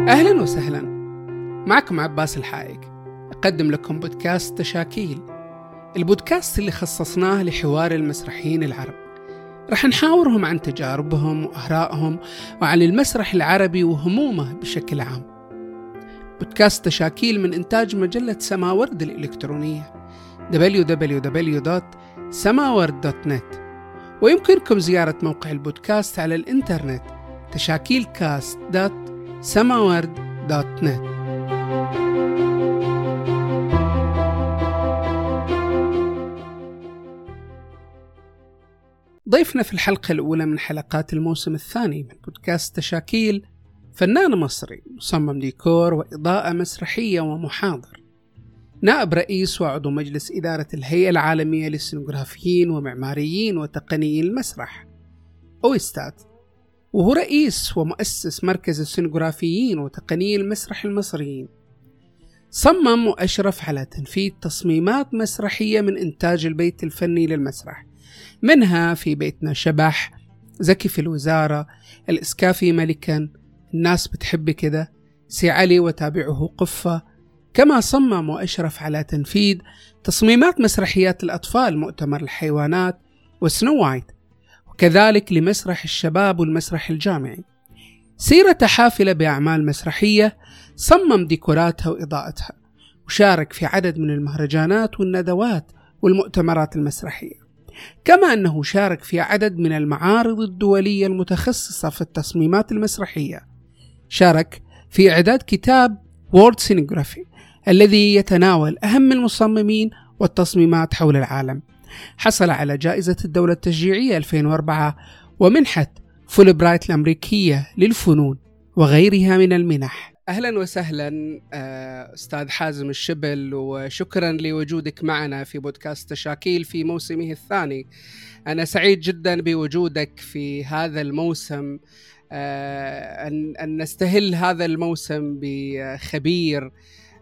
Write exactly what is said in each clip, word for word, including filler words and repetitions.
أهلا وسهلا، معكم عباس الحائق. أقدم لكم بودكاست تشاكيل، البودكاست اللي خصصناه لحوار المسرحيين العرب. رح نحاورهم عن تجاربهم وآرائهم وعن المسرح العربي وهمومه بشكل عام. بودكاست تشاكيل من إنتاج مجلة سماورد الإلكترونية دبليو دبليو دبليو دوت سماورد دوت نت، ويمكنكم زيارة موقع البودكاست على الإنترنت تشاكيلكاست دوت سماورد دوت نت. ضيفنا في الحلقة الأولى من حلقات الموسم الثاني من بودكاست تشاكيل فنان مصري، مصمم ديكور وإضاءة مسرحية ومحاضر، نائب رئيس وعضو مجلس إدارة الهيئة العالمية للسينوغرافيين ومعماريين وتقنيين المسرح أويستات، وهو رئيس ومؤسس مركز السينوغرافيين وتقنيي المسرح المصريين. صمم وأشرف على تنفيذ تصميمات مسرحية من إنتاج البيت الفني للمسرح، منها في بيتنا شبح، زكي في الوزارة، الإسكافي ملكا، الناس بتحب كده، سي علي وتابعه قفة. كما صمم وأشرف على تنفيذ تصميمات مسرحيات الأطفال مؤتمر الحيوانات وسنو وايت، وكذلك لمسرح الشباب والمسرح الجامعي. سيرة حافلة بأعمال مسرحية، صمم ديكوراتها وإضاءتها، وشارك في عدد من المهرجانات والندوات والمؤتمرات المسرحية، كما أنه شارك في عدد من المعارض الدولية المتخصصة في التصميمات المسرحية. شارك في إعداد كتاب وورد سينوغرافي الذي يتناول أهم المصممين والتصميمات حول العالم. حصل على جائزة الدولة التشجيعية ألفين وأربعة ومنحة فولبرايت الأمريكية للفنون وغيرها من المنح. أهلا وسهلا أستاذ حازم الشبل، وشكرا لوجودك معنا في بودكاست تشاكيل في موسمه الثاني. أنا سعيد جدا بوجودك في هذا الموسم، أن أن نستهل هذا الموسم بخبير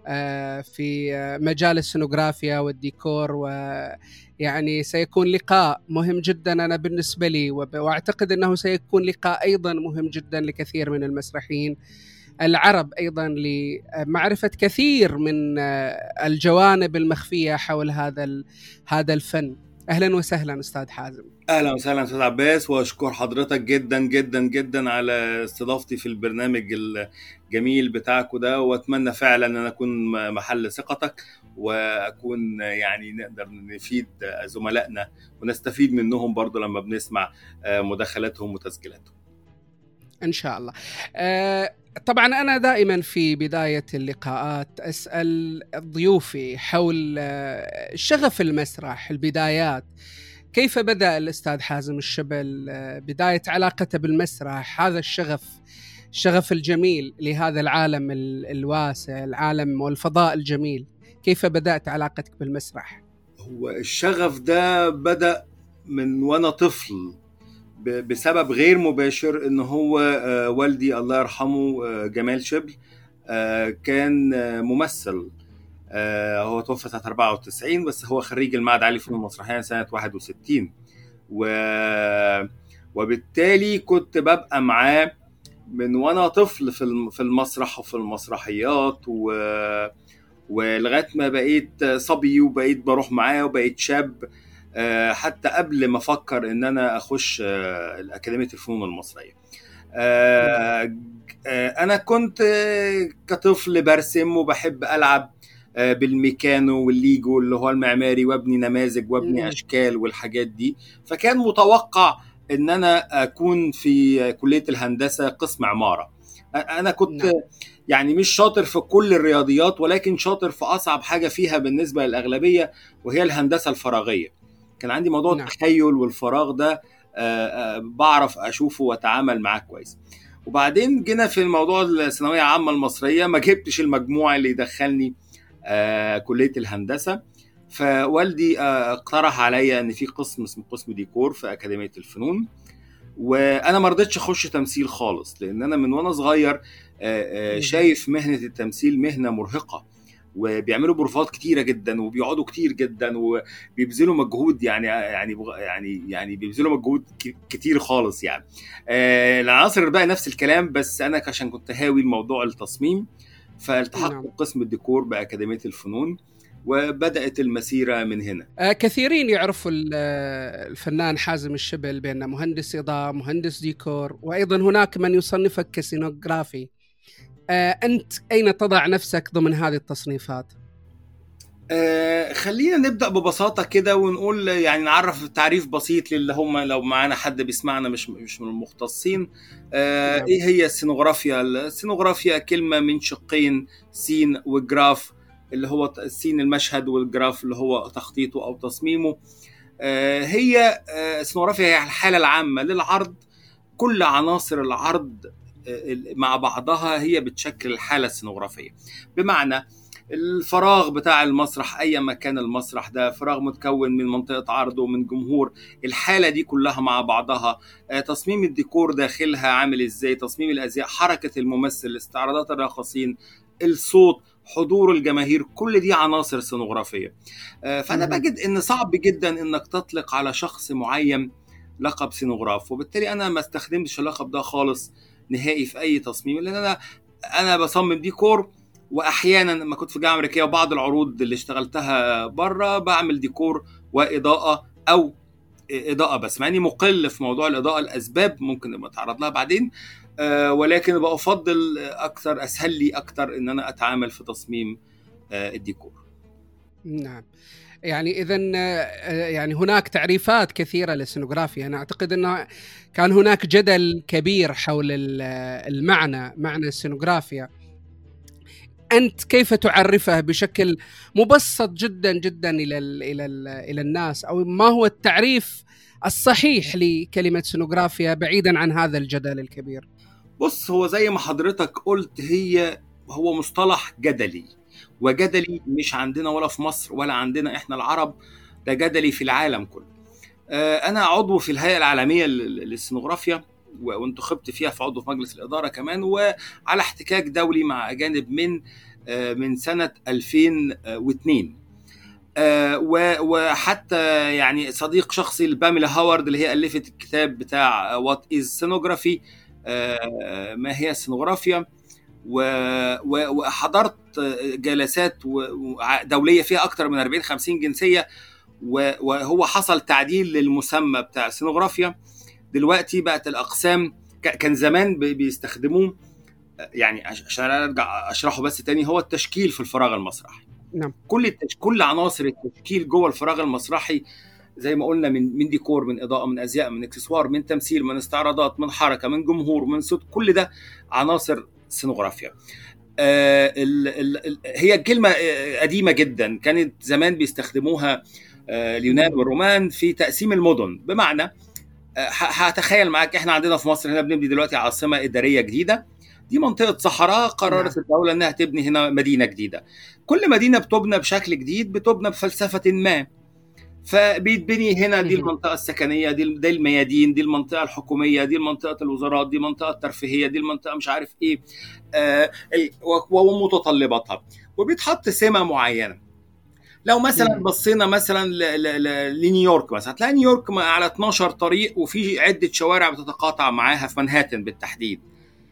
في مجال السينوغرافيا والديكور، ويعني سيكون لقاء مهم جدا أنا بالنسبة لي، وأعتقد أنه سيكون لقاء أيضا مهم جدا لكثير من المسرحيين العرب، أيضا لمعرفة كثير من الجوانب المخفية حول هذا هذا الفن. أهلا وسهلا أستاذ حازم. أهلا وسهلا أستاذ عباس، وأشكر حضرتك جدا جدا جدا على استضافتي في البرنامج الجميل بتاعك ده، وأتمنى فعلا أن أكون محل ثقتك، وأكون يعني نقدر نفيد زملائنا ونستفيد منهم برضو لما بنسمع مداخلاتهم وتسجيلاتهم إن شاء الله. أه طبعا أنا دائما في بداية اللقاءات أسأل ضيوفي حول شغف المسرح، البدايات. كيف بدأ الأستاذ حازم الشبل بداية علاقته بالمسرح، هذا الشغف الشغف الجميل لهذا العالم الواسع، العالم والفضاء الجميل؟ كيف بدأت علاقتك بالمسرح؟ هو الشغف ده بدأ من وأنا طفل بسبب غير مباشر، إنه هو والدي الله يرحمه جمال شبل كان ممثل. هو توفى سنة أربعة وتسعين، بس هو خريج المعهد العالي للفنون المسرحية سنة واحد وستين، و... وبالتالي كنت ببقى معاه من وانا طفل في المسرح وفي المسرحيات، و... ولغاية ما بقيت صبي وبقيت بروح معاه وبقيت شاب، حتى قبل ما أفكر إن أنا أخش الأكاديمية الفنون المصرية. أنا كنت كطفل برسم وبحب ألعب بالميكانو والليجو اللي هو المعماري، وابني نماذج وابني أشكال والحاجات دي. فكان متوقع إن أنا أكون في كلية الهندسة قسم عمارة. أنا كنت يعني مش شاطر في كل الرياضيات، ولكن شاطر في أصعب حاجة فيها بالنسبة للأغلبية، وهي الهندسة الفراغية. كان عندي موضوع نعم. التخيل والفراغ ده بعرف أشوفه وأتعامل معاه كويس. وبعدين جينا في الموضوع الثانوية العامة المصرية، ما جبتش المجموع اللي يدخلني كلية الهندسة، فوالدي اقترح عليا ان في قسم اسمه قسم ديكور في أكاديمية الفنون، وانا ما رضيتش اخش تمثيل خالص، لان انا من وانا صغير شايف مهنة التمثيل مهنة مرهقة، وبيعملوا بروفات كتيره جدا وبيقعدوا كتير جدا وبيبذلوا مجهود يعني يعني يعني يعني بيبذلوا مجهود كتير خالص يعني. آه العناصر بقى نفس الكلام، بس انا عشان كنت هاوي الموضوع التصميم فالتحقت نعم. بقسم الديكور بأكاديمية الفنون، وبدأت المسيرة من هنا. آه كثيرين يعرفوا الفنان حازم الشبل بأنه مهندس إضاءة، مهندس ديكور، وأيضا هناك من يصنفك كسينوغرافي. آه أنت أين تضع نفسك ضمن هذه التصنيفات؟ آه خلينا نبدأ ببساطة كده ونقول يعني نعرف تعريف بسيط للي هم لو معنا حد بيسمعنا مش مش من المختصين. آه نعم. إيه هي السينوغرافيا؟ السينوغرافيا كلمة من شقين، سين وجراف، اللي هو السين المشهد والجراف اللي هو تخطيطه أو تصميمه. آه هي آه السينوغرافيا هي الحالة العامة للعرض، كل عناصر العرض آه مع بعضها هي بتشكل الحالة السينوغرافية. بمعنى الفراغ بتاع المسرح، أي مكان المسرح ده فراغ متكون من منطقة عرض ومن جمهور، الحالة دي كلها مع بعضها. تصميم الديكور داخلها عامل إزاي، تصميم الأزياء، حركة الممثل، استعراضات الراقصين، الصوت، حضور الجماهير، كل دي عناصر سينوغرافية. فأنا بجد إن صعب جدا إنك تطلق على شخص معين لقب سينوغراف، وبالتالي أنا ما استخدمتش اللقب ده خالص نهائي في أي تصميم، لأن أنا أنا بصمم ديكور، واحيانا لما كنت في الجامعه الامريكيه وبعض العروض اللي اشتغلتها بره بعمل ديكور واضاءه او اضاءه بس، مع اني مقل في موضوع الاضاءه الاسباب ممكن نبقى نتعرض لها بعدين، آه ولكن بقى افضل اكثر، اسهل لي اكثر ان انا اتعامل في تصميم آه الديكور. نعم، يعني إذا يعني هناك تعريفات كثيرة للسينوغرافيا. أنا أعتقد أنه كان هناك جدل كبير حول المعنى معنى السينوغرافيا. أنت كيف تعرفه بشكل مبسط جدا جدا إلى ال إلى ال إلى الناس، أو ما هو التعريف الصحيح لكلمة سينوغرافيا بعيدا عن هذا الجدل الكبير؟ بص، هو زي ما حضرتك قلت هي هو مصطلح جدلي، وجدلي مش عندنا ولا في مصر ولا عندنا إحنا العرب، ده جدلي في العالم كله. أنا عضو في الهيئة العالمية للسينوغرافيا وانتخبت فيها في عضو في مجلس الإدارة كمان، وعلى احتكاك دولي مع أجانب من من سنة ألفين واثنين. وحتى يعني صديق شخصي لباميلا هاورد اللي هي ألفت الكتاب بتاع What is Scenography، ما هي السينوغرافيا، وحضرت جلسات دولية فيها أكتر من أربعين خمسين جنسية، وهو حصل تعديل للمسمى بتاع السينوغرافيا. دلوقتي بقت الأقسام، كان زمان بيستخدموه يعني عشان ارجع اشرحه بس تاني، هو التشكيل في الفراغ المسرحي. نعم. كل التش... كل عناصر التشكيل جوه الفراغ المسرحي زي ما قلنا، من من ديكور، من اضاءه، من ازياء، من اكسسوار، من تمثيل، من استعراضات، من حركه، من جمهور، من صوت، كل ده عناصر سينوغرافيا. آه ال... ال... ال... هي كلمه قديمه جدا، كانت زمان بيستخدموها آه اليونان والرومان في تقسيم المدن. بمعنى هتخيل معاك احنا عندنا في مصر هنا بنبني دلوقتي عاصمه اداريه جديده، دي منطقه صحراء، قررت نعم. الدوله انها تبني هنا مدينه جديده. كل مدينه بتبنى بشكل جديد، بتبنى بفلسفه ما، فبيتبني هنا دي المنطقه السكنيه، دي دي الميادين، دي المنطقه الحكوميه، دي منطقه الوزارات، دي منطقه الترفيهيه، دي المنطقه مش عارف ايه آه ومتطلباتها، وبيتحط سمه معينه. لو مثلا بصينا مثلا لنيويورك مثلا، هتلاقي نيويورك على اتناشر طريق وفي عده شوارع بتتقاطع معاها في مانهاتن بالتحديد.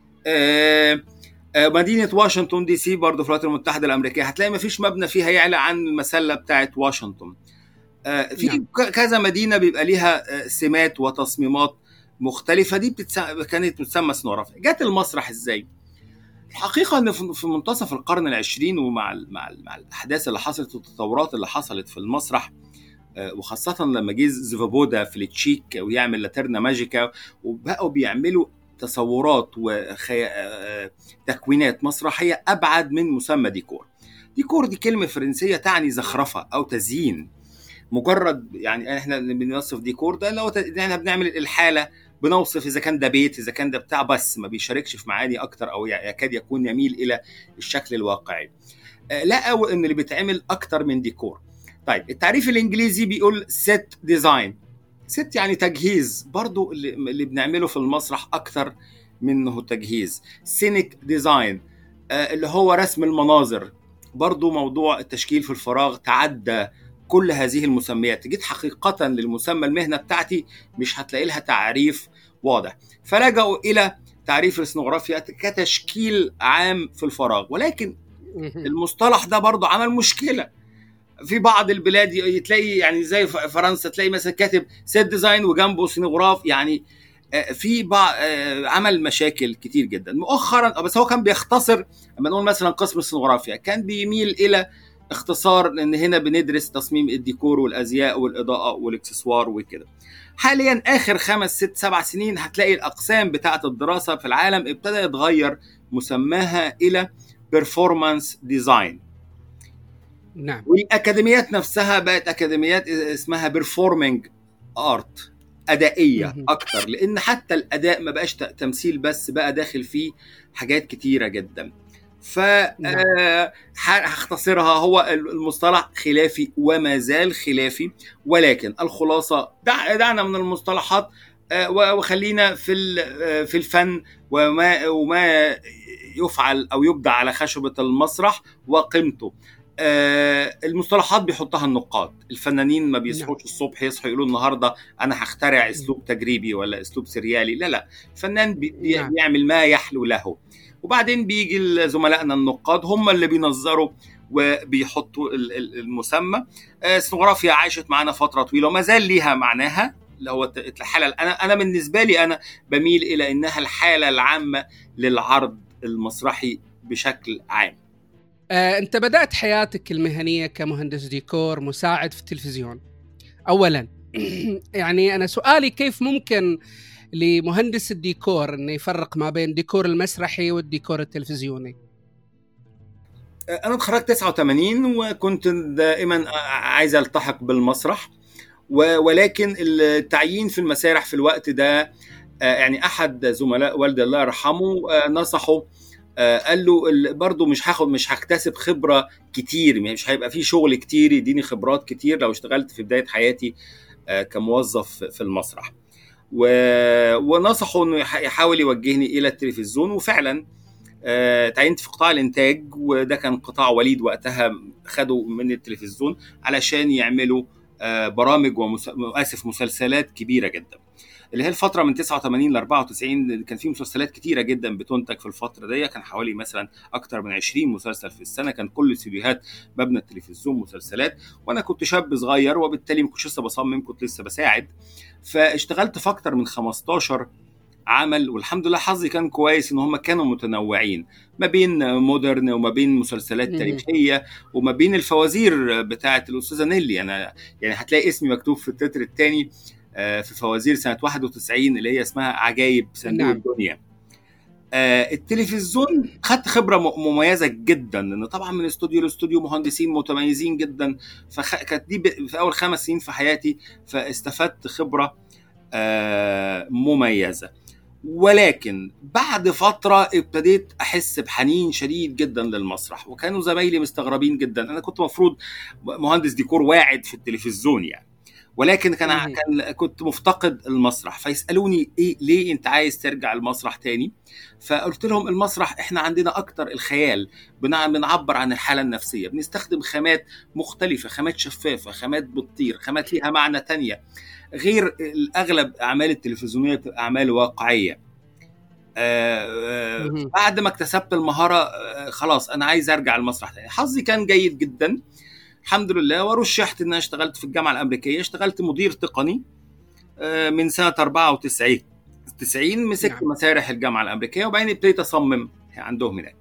مدينه واشنطن دي سي برضه في الولايات المتحده الامريكيه، هتلاقي ما فيش مبنى فيها يعلى عن المسله بتاعه واشنطن. في نعم. كذا مدينه بيبقى ليها سمات وتصميمات مختلفه، دي بتتسمى كانت بتسمى سينوغرافيا. جت المسرح ازاي؟ الحقيقة أن في منتصف القرن العشرين ومع مع مع الأحداث اللي حصلت والتطورات اللي حصلت في المسرح، وخاصة لما جه زيفوبودا في التشيك ويعمل لاترنا ماجيكا، وبقوا بيعملوا تصورات وتكوينات مسرحية أبعد من مسمى ديكور. ديكور دي كلمة فرنسية تعني زخرفة أو تزيين، مجرد يعني احنا بنوصف ديكور ده لو احنا بنعمل الحالة، بنوصف إذا كان ده بيت، إذا كان ده بتاع، بس ما بيشاركش في معاني أكتر أو يكاد يكون يميل إلى الشكل الواقعي. لا، أو إن اللي بيتعمل أكتر من ديكور. طيب التعريف الإنجليزي بيقول set design. set يعني تجهيز، برضو اللي, اللي بنعمله في المسرح أكتر منه تجهيز. scenic design اللي هو رسم المناظر برضو موضوع التشكيل في الفراغ تعدى كل هذه المسميات. جيت حقيقة للمسمى المهنة بتاعتي مش هتلاقي لها تعريف واضح، فلجأوا إلى تعريف الإثنوغرافيا كتشكيل عام في الفراغ. ولكن المصطلح ده برضو عمل مشكلة في بعض البلاد، تلاقي يعني زي فرنسا تلاقي مثلا كاتب سيت ديزاين وجنبه سينوغراف، يعني في بعض عمل مشاكل كتير جدا مؤخرا. بس هو كان بيختصر، لما نقول مثلا قسم السينوغرافيا كان بيميل الى اختصار، لان هنا بندرس تصميم الديكور والازياء والاضاءه والاكسسوار وكده. حاليا اخر خمس ست سبع سنين هتلاقي الاقسام بتاعه الدراسه في العالم ابتدى يتغير مسماها الى بيرفورمانس ديزاين. نعم. والاكاديميات نفسها بقت اكاديميات اسمها بيرفورمينج ارت، أدائية أكتر، لأن حتى الأداء ما بقاش تمثيل بس، بقى داخل فيه حاجات كتيرة جدا. فهختصرها، هو المصطلح خلافي وما زال خلافي، ولكن الخلاصة دع دعنا من المصطلحات وخلينا في في الفن وما وما يفعل أو يبدع على خشبة المسرح وقيمته. آه المصطلحات بيحطها النقاد، الفنانين ما بيصحوش الصبح يصحوا يقولوا النهارده انا هخترع اسلوب تجريبي ولا اسلوب سريالي، لا لا، الفنان بي بيعمل ما يحلو له، وبعدين بيجي زملائنا النقاد هم اللي بينظروا وبيحطوا المسمى. آه السينوغرافيا عاشت معنا فتره طويله وما زال ليها معناها، اللي هو الحاله. انا انا بالنسبه لي انا بميل الى انها الحاله العامه للعرض المسرحي بشكل عام. آه، أنت بدأت حياتك المهنية كمهندس ديكور مساعد في التلفزيون. أولاً يعني أنا سؤالي، كيف ممكن لمهندس الديكور أنه يفرق ما بين الديكور المسرحي والديكور التلفزيوني؟ أنا اتخرجت تسعة وثمانين وكنت دائماً عايز ألتحق بالمسرح، ولكن التعيين في المسارح في الوقت ده يعني أحد زملاء والدي الله يرحمه نصحه، قال له برضو مش هاخد مش هكتسب خبرة كتير، مش هيبقى فيه شغل كتير يديني خبرات كتير لو اشتغلت في بداية حياتي كموظف في المسرح، ونصحه انه يحاول يوجهني الى التلفزيون. وفعلا تعينت في قطاع الانتاج، وده كان قطاع وليد وقتها، خدوا من التلفزيون علشان يعملوا برامج ومؤسف مسلسلات كبيرة جدا، اللي هي الفترة من تسعة وثمانين ل أربعة وتسعين. كان في مسلسلات كتيرة جدا بتنتج في الفترة دي، كان حوالي مثلا أكتر من عشرين مسلسل في السنة، كان كل استديوهات مبنى التلفزيون مسلسلات، وأنا كنت شاب صغير وبالتالي ما كنتش لسه بصمم، كنت لسه بساعد. فاشتغلت في أكتر من خمستاشر عمل، والحمد لله حظي كان كويس إن هم كانوا متنوعين ما بين مودرن وما بين مسلسلات تاريخية وما بين الفوازير بتاعة الأستاذة نيلي. أنا يعني هتلاقي اسمي مكتوب في التتر الثاني في فوازير سنة واحد وتسعين اللي هي اسمها عجائب صندوق نعم. الدنيا. آه التلفزيون خدت خبرة مميزة جدا، لأن طبعا من استوديو لاستوديو مهندسين متميزين جدا، فكانت دي في أول خمس سنين في حياتي، فاستفدت خبرة آه مميزة. ولكن بعد فترة ابتديت أحس بحنين شديد جدا للمسرح، وكانوا زمايلي مستغربين جدا. أنا كنت مفروض مهندس ديكور واعد في التلفزيون يعني، ولكن كان كان كنت مفتقد المسرح، فيسالوني ايه ليه انت عايز ترجع المسرح تاني؟ فقلت لهم المسرح احنا عندنا اكتر الخيال، بنعبر عن الحاله النفسيه، بنستخدم خامات مختلفه، خامات شفافه، خامات بتطير، خامات ليها معنى تانية غير الاغلب اعمال التلفزيونيه بتبقى اعمال واقعيه. آه بعد ما اكتسبت المهاره آه خلاص انا عايز ارجع المسرح تاني. حظي كان جيد جدا الحمد لله، ورشحت ان انا اشتغلت في الجامعه الامريكيه، اشتغلت مدير تقني من سنه أربعة وتسعين مسكت نعم. مسارح الجامعه الامريكيه، وبعدين ابتديت اصمم عندهم هناك.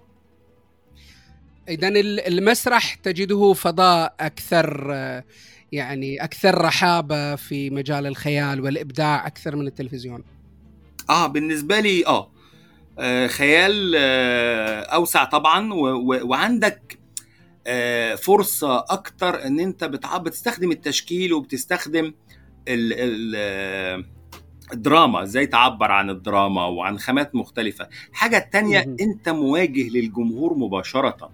اذا المسرح تجده فضاء اكثر، يعني اكثر رحابه في مجال الخيال والابداع اكثر من التلفزيون. اه بالنسبه لي اه, آه خيال آه اوسع طبعا، و- و- وعندك فرصة أكتر أن أنت بتستخدم التشكيل وبتستخدم ال ال الدراما، ازاي تعبر عن الدراما وعن خامات مختلفة. حاجة التانية أنت مواجه للجمهور مباشرة،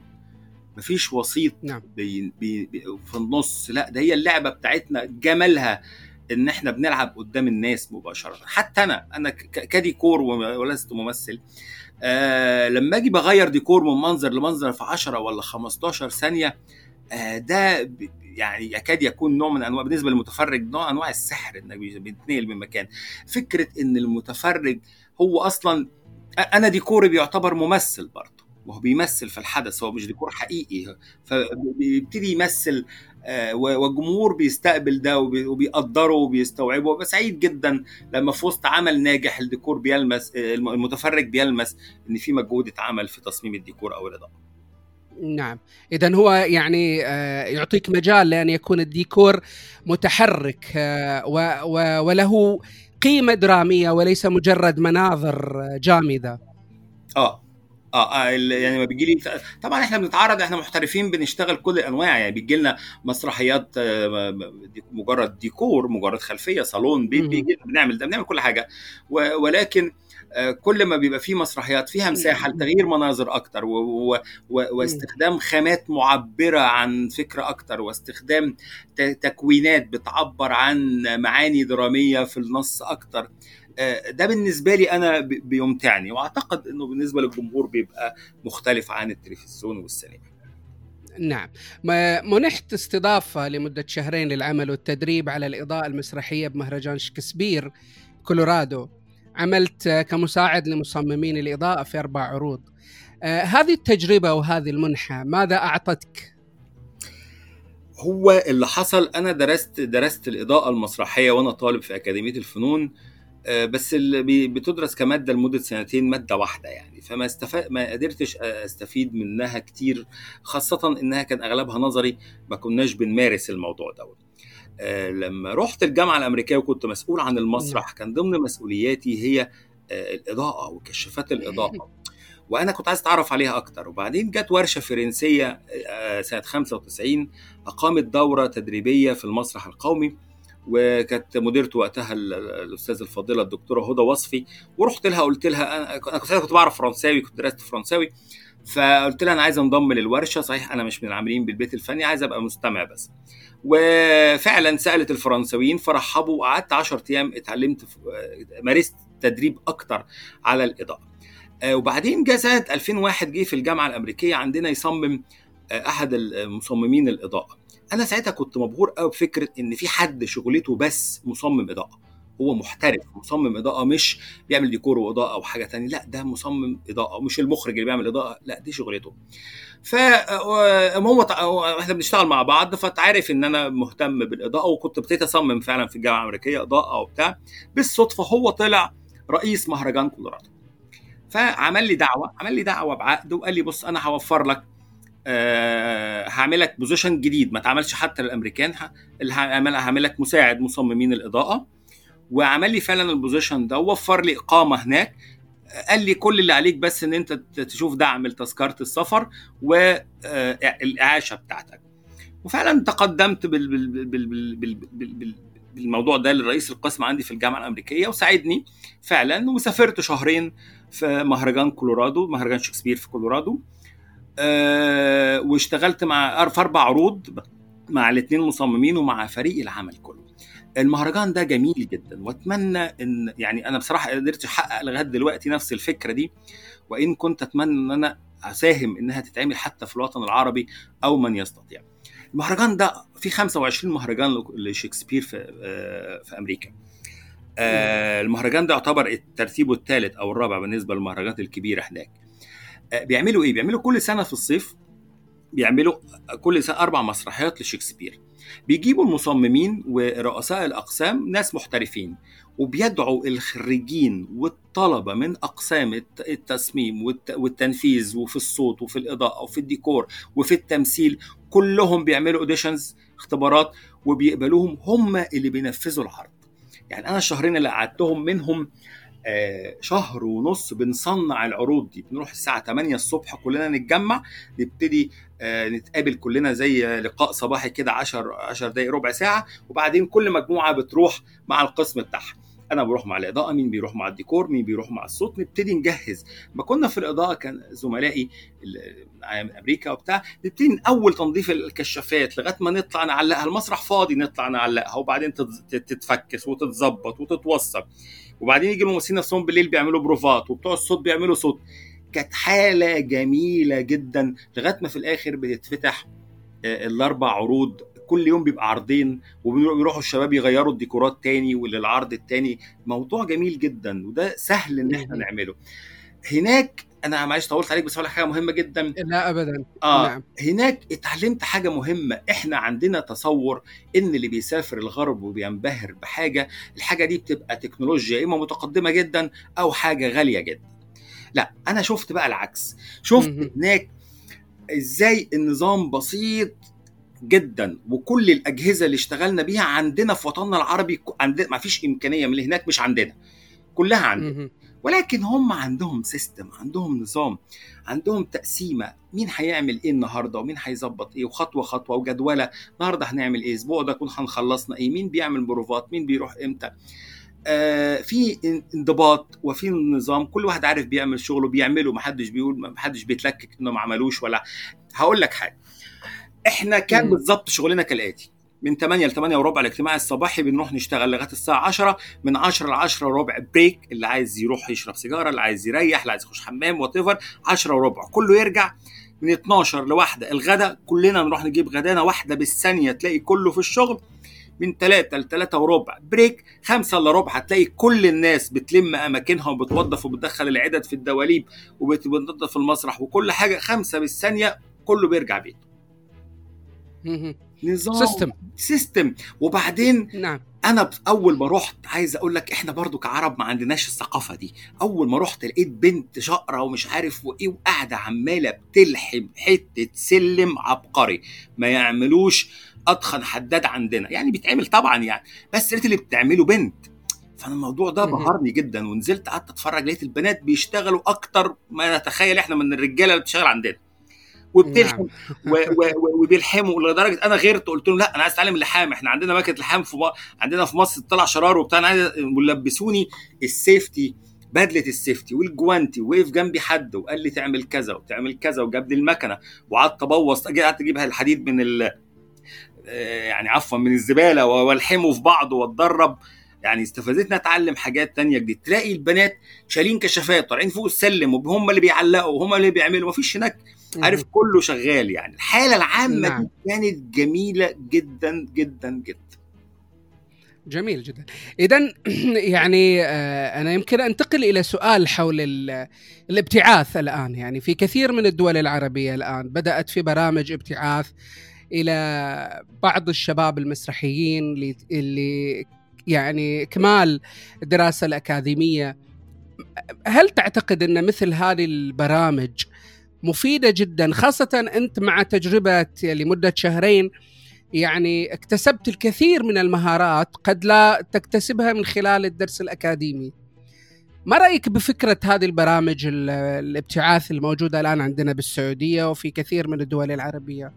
مفيش وسيط نعم. بي بي بي في النص، لا ده هي اللعبة بتاعتنا جمالها ان احنا بنلعب قدام الناس مباشره. حتى انا انا كديكور ولست ممثل، آه لما اجي بغير ديكور من منظر لمنظر في عشرة ولا خمستاشر ثانيه، آه ده يعني يكاد يكون نوع من انواع بالنسبه للمتفرج نوع انواع السحر، انك بيتنقل من مكان. فكره ان المتفرج هو اصلا، انا ديكوري بيعتبر ممثل برضه، وهو بيمثل في الحدث، هو مش ديكور حقيقي، فبيبتدي يمثل، والجمهور بيستقبل ده وبيقدره وبيستوعبه. وببقى سعيد جدا لما في وسط عمل ناجح الديكور بيلمس، المتفرج بيلمس ان في مجهود اتعمل في تصميم الديكور او الاضاءه. نعم، إذن هو يعني يعطيك مجال لأن يكون الديكور متحرك وله قيمة درامية وليس مجرد مناظر جامدة. اه اه, آه يعني ما بيجي لي، طبعا احنا بنتعرض، احنا محترفين بنشتغل كل الانواع، يعني بيجي لنا مسرحيات آه مجرد ديكور، مجرد خلفيه صالون، بيجي بنعمل ده، بنعمل كل حاجه، ولكن آه كل ما بيبقى فيه مسرحيات فيها مساحه لتغيير مناظر اكتر، و و واستخدام خامات معبره عن فكره اكتر، واستخدام تكوينات بتعبر عن معاني دراميه في النص اكتر، ده بالنسبة لي أنا بيمتعني، وأعتقد أنه بالنسبة للجمهور بيبقى مختلف عن التلفزيون والسينما. نعم، منحت استضافة لمدة شهرين للعمل والتدريب على الإضاءة المسرحية بمهرجان شكسبير كولورادو، عملت كمساعد لمصممين الإضاءة في أربع عروض. هذه التجربة وهذه المنحة ماذا أعطتك؟ هو اللي حصل، أنا درست درست الإضاءة المسرحية وأنا طالب في أكاديمية الفنون، بس اللي بتدرس كمادة لمدة سنتين مادة واحدة يعني، فما استفاد ما قدرتش استفيد منها كتير، خاصة انها كان اغلبها نظري، ما كناش بنمارس الموضوع ده. لما رحت الجامعة الامريكية وكنت مسؤول عن المسرح، كان ضمن مسؤولياتي هي الاضاءة وكشافات الاضاءة، وانا كنت عايز اتعرف عليها اكتر. وبعدين جت ورشة فرنسية سنة خمسة وتسعين، اقامت دورة تدريبية في المسرح القومي، وكانت مديرته وقتها الاستاذه الفاضله الدكتوره هدى وصفي. ورحت لها قلت لها، انا كنت كنت بعرف فرنساوي، كنت درست فرنساوي، فقلت لها انا عايز انضم للورشه، صحيح انا مش من العاملين بالبيت الفني، عايز ابقى مستمع بس. وفعلا سالت الفرنساويين فرحبوا، وقعدت عشرة ايام اتعلمت، مارست تدريب اكتر على الاضاءه. وبعدين جاء سنه ألفين وواحد، جه في الجامعه الامريكيه عندنا يصمم احد المصممين الاضاءه. انا ساعتها كنت مبهور قوي بفكره ان في حد شغلته بس مصمم اضاءه، هو محترف مصمم اضاءه، مش بيعمل ديكور واضاءه او حاجه تانية، لا ده مصمم اضاءه، مش المخرج اللي بيعمل اضاءه، لا دي شغلته. فهو احنا بنشتغل مع بعض، فتعرف ان انا مهتم بالاضاءه، وكنت ابتديت اصمم فعلا في الجامعه الامريكيه اضاءه وبتاع. بالصدفه هو طلع رئيس مهرجان كولورادو، فعمل لي دعوه عمل لي دعوه بعقد، وقال لي بص انا هوفر لك، أه هعملك بوزيشن جديد ما تعملش حتى للامريكان، اللي هعمل لك مساعد مصممين الاضاءه. وعمل لي فعلا البوزيشن ده، ووفر لي اقامه هناك. قال لي كل اللي عليك بس ان انت تشوف دعم لتذكره السفر والاعاشه بتاعتك. وفعلا تقدمت بال بال بال بال بال بالموضوع ده للرئيس القسم عندي في الجامعه الامريكيه، وساعدني فعلا. وسافرت شهرين في مهرجان كولورادو، مهرجان شكسبير في كولورادو، أه واشتغلت مع في اربع عروض مع الاثنين مصممين ومع فريق العمل كله. المهرجان ده جميل جدا، واتمنى ان يعني انا بصراحه قدرت احقق لغايه دلوقتي نفس الفكره دي، وان كنت اتمنى ان انا اساهم انها تتعمل حتى في الوطن العربي او من يستطيع. المهرجان ده في خمسة وعشرين مهرجان لشكسبير في في امريكا. المهرجان ده يعتبر ترتيبه الثالث او الرابع بالنسبه للمهرجانات الكبيره هناك. بيعملوا ايه؟ بيعملوا كل سنه في الصيف، بيعملوا كل سنه اربع مسرحيات لشكسبير. بيجيبوا المصممين ورؤساء الاقسام، ناس محترفين، وبيدعوا الخريجين والطلبه من اقسام التصميم والتنفيذ وفي الصوت وفي الاضاءه وفي الديكور وفي التمثيل، كلهم بيعملوا اوديشنز، اختبارات، وبيقبلوهم هم اللي بينفذوا العرض. يعني انا الشهرين اللي قعدتهم منهم آه شهر ونص بنصنع العروض دي. بنروح الساعة تمانية الصبح كلنا نتجمع، نبتدي آه نتقابل كلنا زي لقاء صباحي كده، عشر عشر دقايق ربع ساعة، وبعدين كل مجموعة بتروح مع القسم بتاعها. انا بروح مع الاضاءه، مين بيروح مع الديكور، مين بيروح مع الصوت، نبتدي نجهز. ما كنا في الاضاءه كان زملائي معايا من امريكا وبتاع، نبتدي من اول تنظيف الكشافات لغايه ما نطلع نعلقها، المسرح فاضي نطلع نعلقها، وبعدين تتفكس وتتظبط وتتوصل، وبعدين يجي الممثلين نفسهم بالليل بيعملوا بروفات، وبتوع الصوت بيعملوا صوت. كانت حاله جميله جدا لغايه ما في الاخر بتتفتح الاربع عروض، كل يوم بيبقى عرضين، وبيروحوا الشباب يغيروا الديكورات تاني وللعرض التاني. موضوع جميل جدا، وده سهل ان احنا نعمله هناك. انا معلش طولت عليك، بس هقول لك حاجه مهمه جدا. لا ابدا. آه نعم. هناك اتعلمت حاجه مهمه. احنا عندنا تصور ان اللي بيسافر الغرب وبينبهر بحاجه، الحاجه دي بتبقى تكنولوجيا اما متقدمه جدا او حاجه غاليه جدا. لا، انا شفت بقى العكس. شفت هناك ازاي النظام بسيط جدا، وكل الاجهزه اللي اشتغلنا بيها عندنا في وطننا العربي، عندنا ما فيش امكانيه من اللي هناك مش عندنا، كلها عندنا. ولكن هم عندهم سيستم، عندهم نظام، عندهم تقسيمه، مين هيعمل ايه النهارده ومين هيظبط ايه، وخطوه خطوه وجدوله. النهارده هنعمل ايه، اسبوع ده كون هنخلصنا ايه، مين بيعمل بروفات، مين بيروح امتى. آه في انضباط وفي نظام، كل واحد عارف بيعمل شغله بيعمله، محدش بيقول محدش بيتلكك انه ما عملوش. ولا هقول لك حاجه، احنا كان بالظبط شغلنا كالاتي: من ثمانية ل ثمانية وربع الاجتماع الصباحي، بنروح نشتغل لغايه الساعه عشرة، من عشرة ل عشرة وربع بريك، اللي عايز يروح يشرب سيجاره، اللي عايز يريح، اللي عايز يخش حمام، وات ايفر. عشرة وربع كله يرجع. من اتناشر لواحدة الغدا، كلنا نروح نجيب غدانا، واحدة بالثانيه تلاقي كله في الشغل. من ثلاثة ل ثلاثة وربع بريك. خمسة الا ربع هتلاقي كل الناس بتلم اماكنها وبتوظف وبتدخل العدد في الدواليب وبتنظف المسرح وكل حاجه. خمسة بالثانيه كله بيرجع بيته. نظام سيستم سيستم. وبعدين نعم. انا اول ما رحت، عايز اقول لك احنا برضو كعرب ما عندناش الثقافه دي. اول ما رحت لقيت بنت شقره ومش عارف وايه، وقاعده عماله بتلحم حته سلم عبقري ما يعملوش اتخن حداد عندنا، يعني بيتعمل طبعا يعني، بس لقيت اللي بتعمله بنت. فانا الموضوع ده بهرني جدا، ونزلت قعدت اتفرج، لقيت البنات بيشتغلوا اكتر ما نتخيل احنا من الرجاله اللي بتشتغل عندنا، وبتلحم وبيلحموا لدرجه انا غيرت، قلت لهم لا انا عايز اتعلم اللحام، احنا عندنا ماكينه لحام في عندنا في مصر طلع شرار وبتاع، انا عايز. ولبسوني السيفتي، بدله السيفتي والجوانتي، وقف جنبي حد وقال لي تعمل كذا وتعمل كذا، وجاب لي المكنه وقعدت ابوظ، قعدت اجيبها الحديد من ال يعني عفوا من الزباله والحمه في بعض واتدرب. يعني استفادتنا اتعلم حاجات تانية جديد. تلاقي البنات شالين كشافات طالعين فوق السلم، وهم اللي بيعلقوا وهم اللي بيعملوا، مفيش هناك عارف كله شغال. يعني الحالة العامة نعم. دي كانت جميلة جدا جدا جدا. جميل جدا. إذن يعني أنا يمكن أنتقل إلى سؤال حول الابتعاث الآن. يعني في كثير من الدول العربية الآن بدأت في برامج ابتعاث إلى بعض الشباب المسرحيين اللي يعني كمال الدراسة الأكاديمية. هل تعتقد أن مثل هذه البرامج مفيدة جدا، خاصة أنت مع تجربة لمدة شهرين يعني اكتسبت الكثير من المهارات قد لا تكتسبها من خلال الدرس الأكاديمي؟ ما رأيك بفكرة هذه البرامج الابتعاث الموجودة الآن عندنا بالسعودية وفي كثير من الدول العربية؟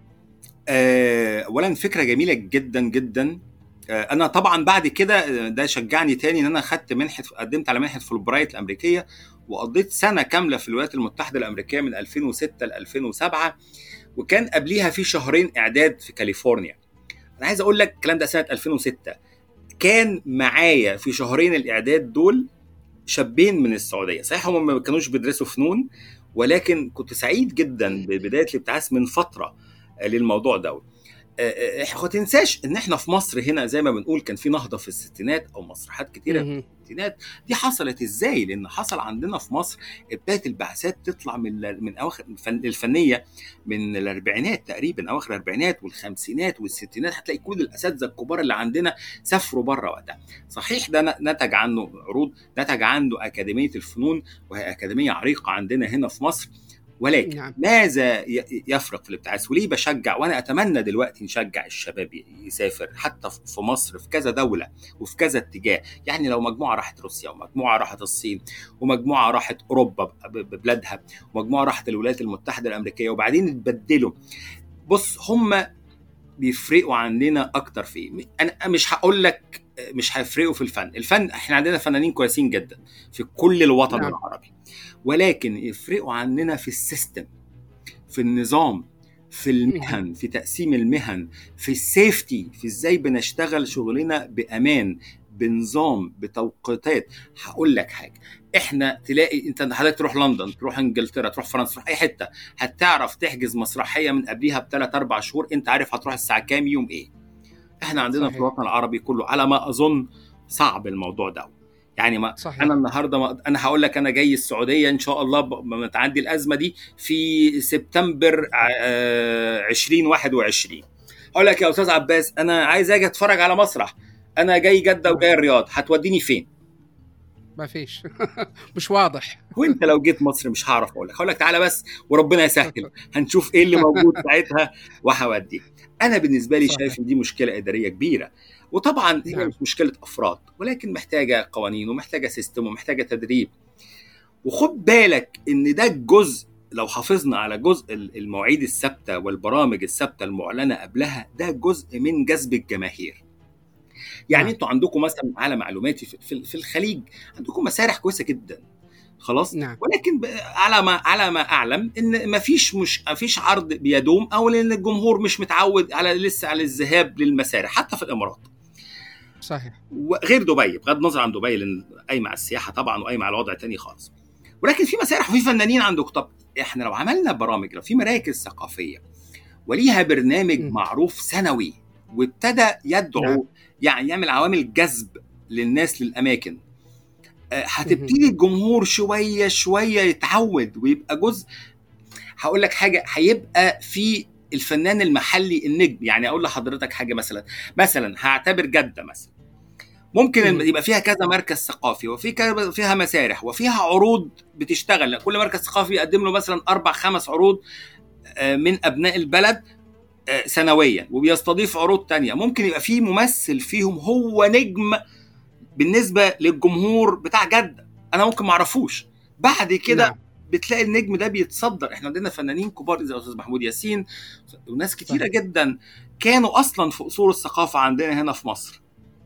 أولا فكرة جميلة جدا جدا. أنا طبعا بعد كده ده شجعني تاني إن أنا خدت منحة، قدمت على منحة فولبرايت الأمريكية، وقضيت سنة كاملة في الولايات المتحدة الأمريكية من ألفين وستة ل ألفين وسبعة، وكان قبليها في شهرين إعداد في كاليفورنيا. أنا عايز أقول لك الكلام ده سنة ألفين وستة. كان معايا في شهرين الإعداد دول شابين من السعودية، صحيح هم ما كانوش بيدرسوا فنون، ولكن كنت سعيد جدا ببداية الابتعاث من فترة للموضوع ده. ما تنساش ان احنا في مصر هنا زي ما بنقول كان في نهضه في الستينات او مسرحيات كتيره في الستينات. دي حصلت ازاي؟ لان حصل عندنا في مصر بدايه البعثات تطلع من من اواخر الفنيه من الاربعينات تقريبا، اواخر الاربعينات والخمسينات والستينات. هتلاقي كل الاساتذه الكبار اللي عندنا سافروا بره وقتها. صحيح ده نتج عنه عروض، نتج عنه اكاديميه الفنون، وهي اكاديميه عريقه عندنا هنا في مصر. ولكن نعم. ماذا يفرق في الابتعاث؟ وليه بشجع وانا اتمنى دلوقتي نشجع الشباب يسافر حتى في مصر في كذا دولة وفي كذا اتجاه. يعني لو مجموعة راحت روسيا، ومجموعة راحت الصين، ومجموعة راحت اوروبا ببلادها، ومجموعة راحت الولايات المتحدة الامريكية، وبعدين اتبدلوا. بص، هم بيفرقوا عننا اكتر في ايه؟ انا مش هقول لك مش هيفرقوا في الفن، الفن احنا عندنا فنانين كويسين جدا في كل الوطن نعم. العربي، ولكن يفرقوا عننا في السيستم، في النظام، في المهن، في تقسيم المهن، في السيفتي، في ازاي بنشتغل شغلنا بامان، بنظام، بتوقيتات. هقول لك حاجه، احنا تلاقي انت حضرتك تروح لندن، تروح انجلترا، تروح فرنسا، تروح اي حته، هتعرف تحجز مسرحيه من قبلها بثلاث اربع شهور، انت عارف هتروح الساعه كام يوم ايه. احنا عندنا صحيح. في الوطن العربي كله على ما اظن صعب الموضوع ده، يعني ما صحيح. انا النهارده ما انا هقول لك انا جاي السعوديه ان شاء الله لما تعدي الازمه دي في سبتمبر عشرين واحد وعشرين، هقول لك يا استاذ عباس انا عايز اجي اتفرج على مسرح، انا جاي جده وجاي الرياض، هتوديني فين؟ ما فيش مش واضح. وانت لو جيت مصر مش هعرف اقول لك، هقول لك تعالى بس وربنا يسهل، هنشوف ايه اللي موجود ساعتها وهوديك. انا بالنسبه لي صحيح. شايف ان دي مشكله اداريه كبيره، وطبعا هي نعم. مش مشكله افراد، ولكن محتاجه قوانين ومحتاجه سيستم ومحتاجه تدريب. وخد بالك ان ده الجزء، لو حافظنا على جزء المواعيد الثابته والبرامج الثابته المعلنه قبلها، ده جزء من جذب الجماهير. يعني نعم. انتوا عندكم مثلا على معلوماتي في في الخليج عندكم مسارح كويسه جدا خلاص نعم. ولكن على ما على ما اعلم ان مفيش مش مفيش عرض بيدوم، او لان الجمهور مش متعود على لسه على الذهاب للمسارح حتى في الامارات. صحيح. وغير دبي، بغض النظر عن دبي لان قايمه على السياحه طبعا وقايمه على وضع تاني خالص، ولكن في مسارح وفي فنانين عندك. طب احنا لو عملنا برامج، لو في مراكز ثقافيه وليها برنامج م. معروف سنوي وابتدى يدعو نعم. يعني يعمل عوامل جذب للناس للاماكن، هتبتدي الجمهور شويه شويه يتعود ويبقى جزء. هقول لك حاجه، هيبقى في الفنان المحلي النجم. يعني اقول لحضرتك حاجه، مثلا مثلا هعتبر جده مثلا، ممكن يبقى فيها كذا مركز ثقافي وفي فيها مسارح وفيها عروض بتشتغل، كل مركز ثقافي يقدم له مثلا اربع خمس عروض من ابناء البلد سنويا، وبيستضيف عروض تانية. ممكن يبقى فيه ممثل فيهم هو نجم بالنسبه للجمهور بتاع جده، انا ممكن ما اعرفوش، بعد كده نعم. بتلاقي النجم ده بيتصدر. احنا عندنا فنانين كبار زي الاستاذ محمود ياسين وناس كتيره جدا كانوا اصلا في اصول الثقافه عندنا هنا في مصر،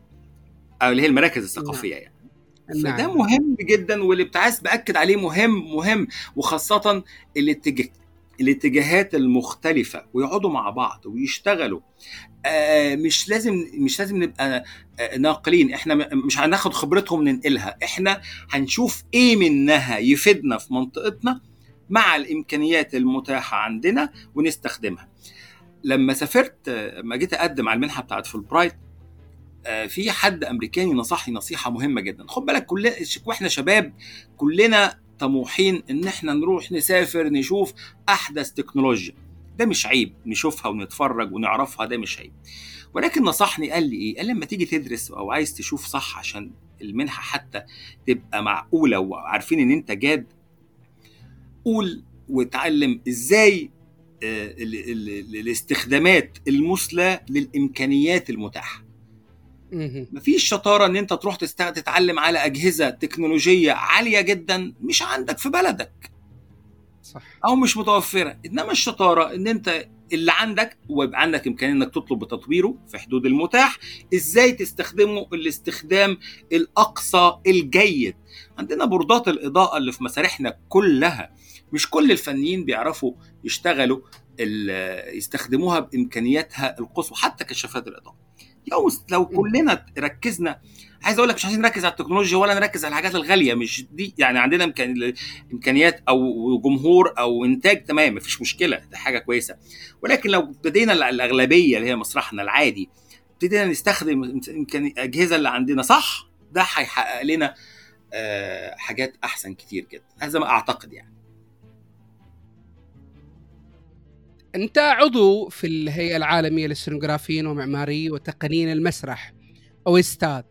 او اللي هي المراكز الثقافيه نعم. يعني نعم. فده مهم جدا، واللي بتعايز باكد عليه مهم مهم، وخاصه الاتجاه الاتجاهات المختلفه ويقعدوا مع بعض ويشتغلوا. آه مش لازم مش لازم نبقى آه ناقلين، احنا مش هناخد خبرتهم ننقلها، احنا هنشوف ايه منها يفيدنا في منطقتنا مع الامكانيات المتاحه عندنا ونستخدمها. لما سافرت، ما جيت اقدم على المنحه بتاعت فولبرايت، آه في حد امريكاني نصحني نصيحه مهمه جدا. خد بالك كلنا واحنا شباب كلنا طموحين ان احنا نروح نسافر نشوف احدث تكنولوجيا، ده مش عيب نشوفها ونتفرج ونعرفها، ده مش عيب. ولكن نصحني قال لي ايه، قال لما تيجي تدرس او عايز تشوف صح عشان المنحه حتى تبقى معقوله وعارفين ان انت جاد، قول وتعلم ازاي آه ال ال ال الاستخدامات المثلى للامكانيات المتاحه. مفيش شطاره ان انت تروح تتعلم على اجهزه تكنولوجيه عاليه جدا مش عندك في بلدك صح. او مش متوفره، انما الشطاره ان انت اللي عندك ويبقى عندك امكانيه انك تطلب بتطويره في حدود المتاح، ازاي تستخدمه الاستخدام الاقصى الجيد. عندنا بوردات الاضاءه اللي في مسارحنا كلها مش كل الفنيين بيعرفوا يشتغلوا يستخدموها بامكانياتها القصوى، حتى كشافات الاضاءه. لو لو كلنا ركزنا، عايز اقول لك مش عايزين نركز على التكنولوجيا ولا نركز على الحاجات الغاليه، مش دي يعني. عندنا إمكان امكانيات او جمهور او انتاج، تمام مفيش مشكله، ده حاجه كويسه. ولكن لو ابتدينا الاغلبيه اللي هي مسرحنا العادي ابتدينا نستخدم الاجهزه اللي عندنا صح، ده هيحقق لنا حاجات احسن كتير جدا، هذا ما اعتقد. يعني أنت عضو في الهيئة العالمية للسينوغرافيين ومعماري وتقنيين المسرح أو استاد.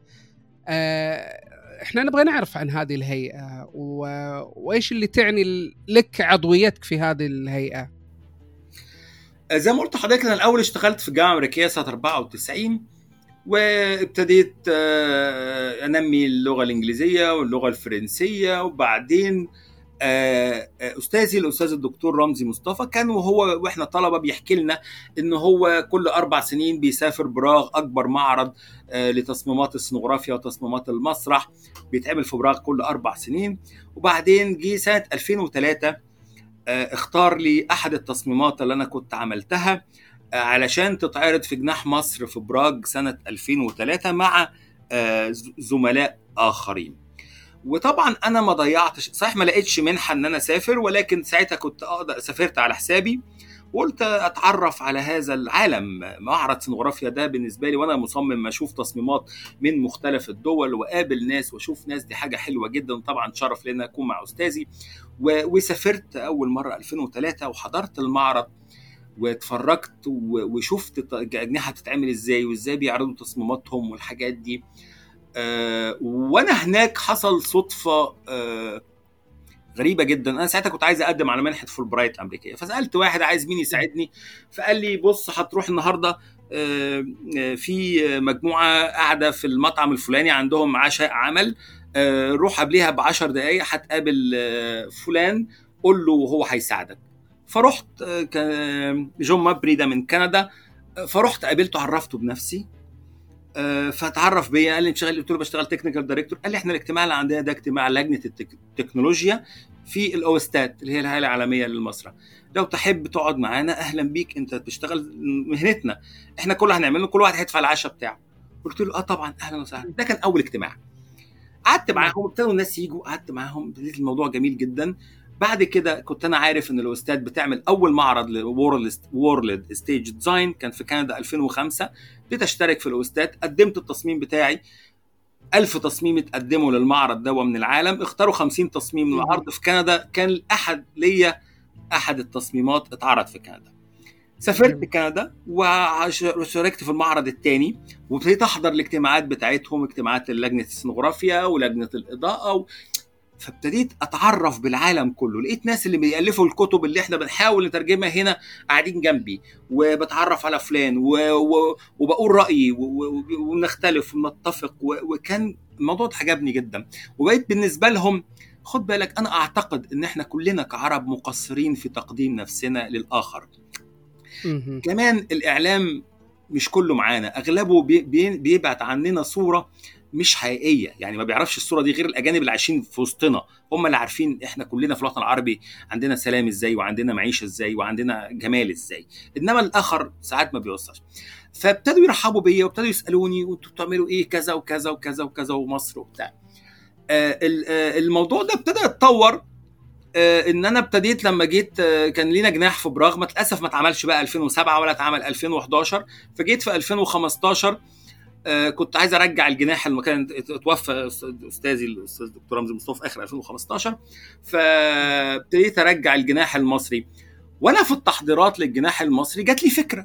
إحنا نبغى نعرف عن هذه الهيئة و... وإيش اللي تعني لك عضويتك في هذه الهيئة. زي ما قلت حضرتك، أنا الأول اشتغلت في الجامعة الأمريكية سنة أربعة وتسعين، وابتديت أنمي اللغة الإنجليزية واللغة الفرنسية، وبعدين استاذي الاستاذ الدكتور رمزي مصطفى كان وهو واحنا طلبه بيحكي لنا ان هو كل اربع سنين بيسافر براغ، اكبر معرض لتصميمات السنوغرافيا وتصميمات المسرح بيتعمل في براغ كل اربع سنين. وبعدين جه سنه ألفين وثلاثة اختار لي احد التصميمات اللي انا كنت عملتها علشان تتعرض في جناح مصر في براغ سنه ألفين وثلاثة مع زملاء اخرين. وطبعا انا ما ضيعتش، صحيح ما لقيتش منحه ان انا اسافر، ولكن ساعتها كنت اقدر سافرت على حسابي وقلت اتعرف على هذا العالم. معرض سنوغرافيا ده بالنسبه لي وانا مصمم اشوف تصميمات من مختلف الدول واقابل ناس واشوف ناس، دي حاجه حلوه جدا. طبعا شرف لنا اكون مع استاذي. وسافرت اول مره ألفين وثلاثة وحضرت المعرض واتفرجت وشفت اجنحه تتعمل ازاي وازاي بيعرضوا تصميماتهم والحاجات دي. أه وانا هناك حصل صدفه أه غريبه جدا. انا ساعتها كنت عايز اقدم على منحه فولبرايت امريكيه، فسالت واحد عايز مين يساعدني، فقال لي بص هتروح النهارده أه في مجموعه قاعده في المطعم الفلاني عندهم عشاء عمل، أه روح قبلها بعشر دقايق هتقابل أه فلان قول له وهو هيساعدك. فرحت أه جون مابري ده من كندا، فرحت قابلته عرفته بنفسي فتعرف بيا، قال لي انت شغال؟ قلت له بشتغل تكنيكال دايركتور. قال لي احنا الاجتماع اللي عندنا ده اجتماع لجنه التكنولوجيا في الاوستات اللي هي الهيئه العالميه للمسرح، لو تحب تقعد معانا اهلا بيك، انت بتشتغل مهنتنا، احنا كله هنعمله، كل واحد هيدفع العشاء بتاعه. قلت له اه طبعا اهلا وسهلا. ده كان اول اجتماع، قعدت معاهم، ابتدوا الناس يجوا، قعدت معاهم، بديت الموضوع جميل جدا. بعد كده كنت انا عارف ان الاوستات بتعمل اول معرض لورلد ستيج ديزاين كان في كندا ألفين وخمسة. بديت اشترك في الاوستات، قدمت التصميم بتاعي، ألف تصميم اتقدموا للمعرض ده من العالم، اختاروا خمسين تصميم للعرض في كندا. كان احد ليا احد التصميمات اتعرض في كندا. سافرت كندا وشاركت في المعرض الثاني وابتديت احضر الاجتماعات بتاعتهم، اجتماعات لجنه السنوغرافيا ولجنه الاضاءه و... فابتديت اتعرف بالعالم كله. لقيت ناس اللي بيألفوا الكتب اللي احنا بنحاول نترجمها هنا قاعدين جنبي، وبتعرف على فلان و... و... وبقول رأيي و... ونختلف ونتفق و... وكان الموضوع عجبني جدا. وبقيت بالنسبة لهم، خد بالك انا اعتقد ان احنا كلنا كعرب مقصرين في تقديم نفسنا للآخر. كمان الاعلام مش كله معانا، اغلبه بي... بي... بيبعت عننا صورة مش حقيقيه، يعني ما بيعرفش الصوره دي غير الاجانب اللي عايشين في وسطنا، هم اللي عارفين احنا كلنا في الوطن العربي عندنا سلام ازاي وعندنا معيشه ازاي وعندنا جمال ازاي، انما الاخر ساعات ما بيوصلش. فابتدوا يرحبوا بيا وابتدوا يسالوني وانتوا بتعملوا ايه كذا وكذا وكذا وكذا ومصر وبتاع. آه الموضوع ده ابتدى يتطور. آه ان انا ابتديت لما جيت آه كان لينا جناح في براغ، ما للاسف ما اتعملش بقى ألفين وسبعة ولا اتعمل ألفين وحداشر. فجيت في ألفين وخمستاشر آه كنت عايز ارجع الجناح اللي كان اتوفى استاذي الاستاذ دكتور رمزي مصطفى في اخر ألفين وخمستاشر، فابتديت ارجع الجناح المصري. وانا في التحضيرات للجناح المصري جات لي فكره،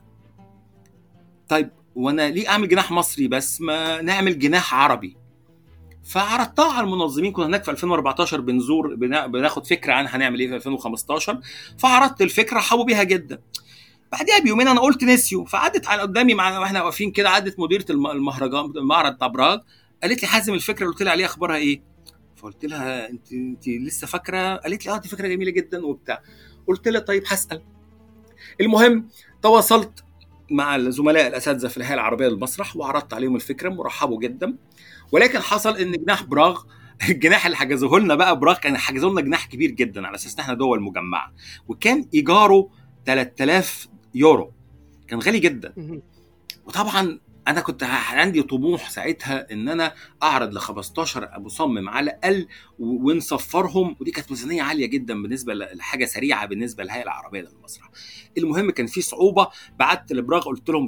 طيب وانا ليه اعمل جناح مصري بس ما نعمل جناح عربي؟ فعرضتها على المنظمين. كنا هناك في ألفين وأربعتاشر بنزور بناخد فكره عن هنعمل ايه في ألفين وخمستاشر، فعرضت الفكره حبوا بيها جدا. بعدها بيومين انا قلت نسيو، فعدت على قدامي مع واحنا واقفين كده، عدت مديره المهرجان المعرض بتاع براغ، قالت لي حازم الفكره اللي قلت لها عليها اخبارها ايه؟ فقلت لها انت انت لسه فاكره؟ قالت لي اه دي فكره جميله جدا وبتاع. قلت لها طيب هسال. المهم تواصلت مع الزملاء الاساتذه في الهيئه العربيه للمسرح وعرضت عليهم الفكره، مرحبوا جدا. ولكن حصل ان جناح براغ، الجناح اللي حجزوه لنا بقى براغ، كان حجزوا لنا جناح كبير جدا على اساس ان احنا دول مجمعه، وكان ايجاره ثلاثة آلاف يورو، كان غالي جدا. وطبعا انا كنت عندي طموح ساعتها ان انا اعرض ل خمستاشر مصمم على الاقل ونصفرهم، ودي كانت ميزانيه عاليه جدا بالنسبه لحاجه سريعه بالنسبه للهيئه العربيه للمسرح. المهم كان في صعوبه، بعت لبراغ قلت لهم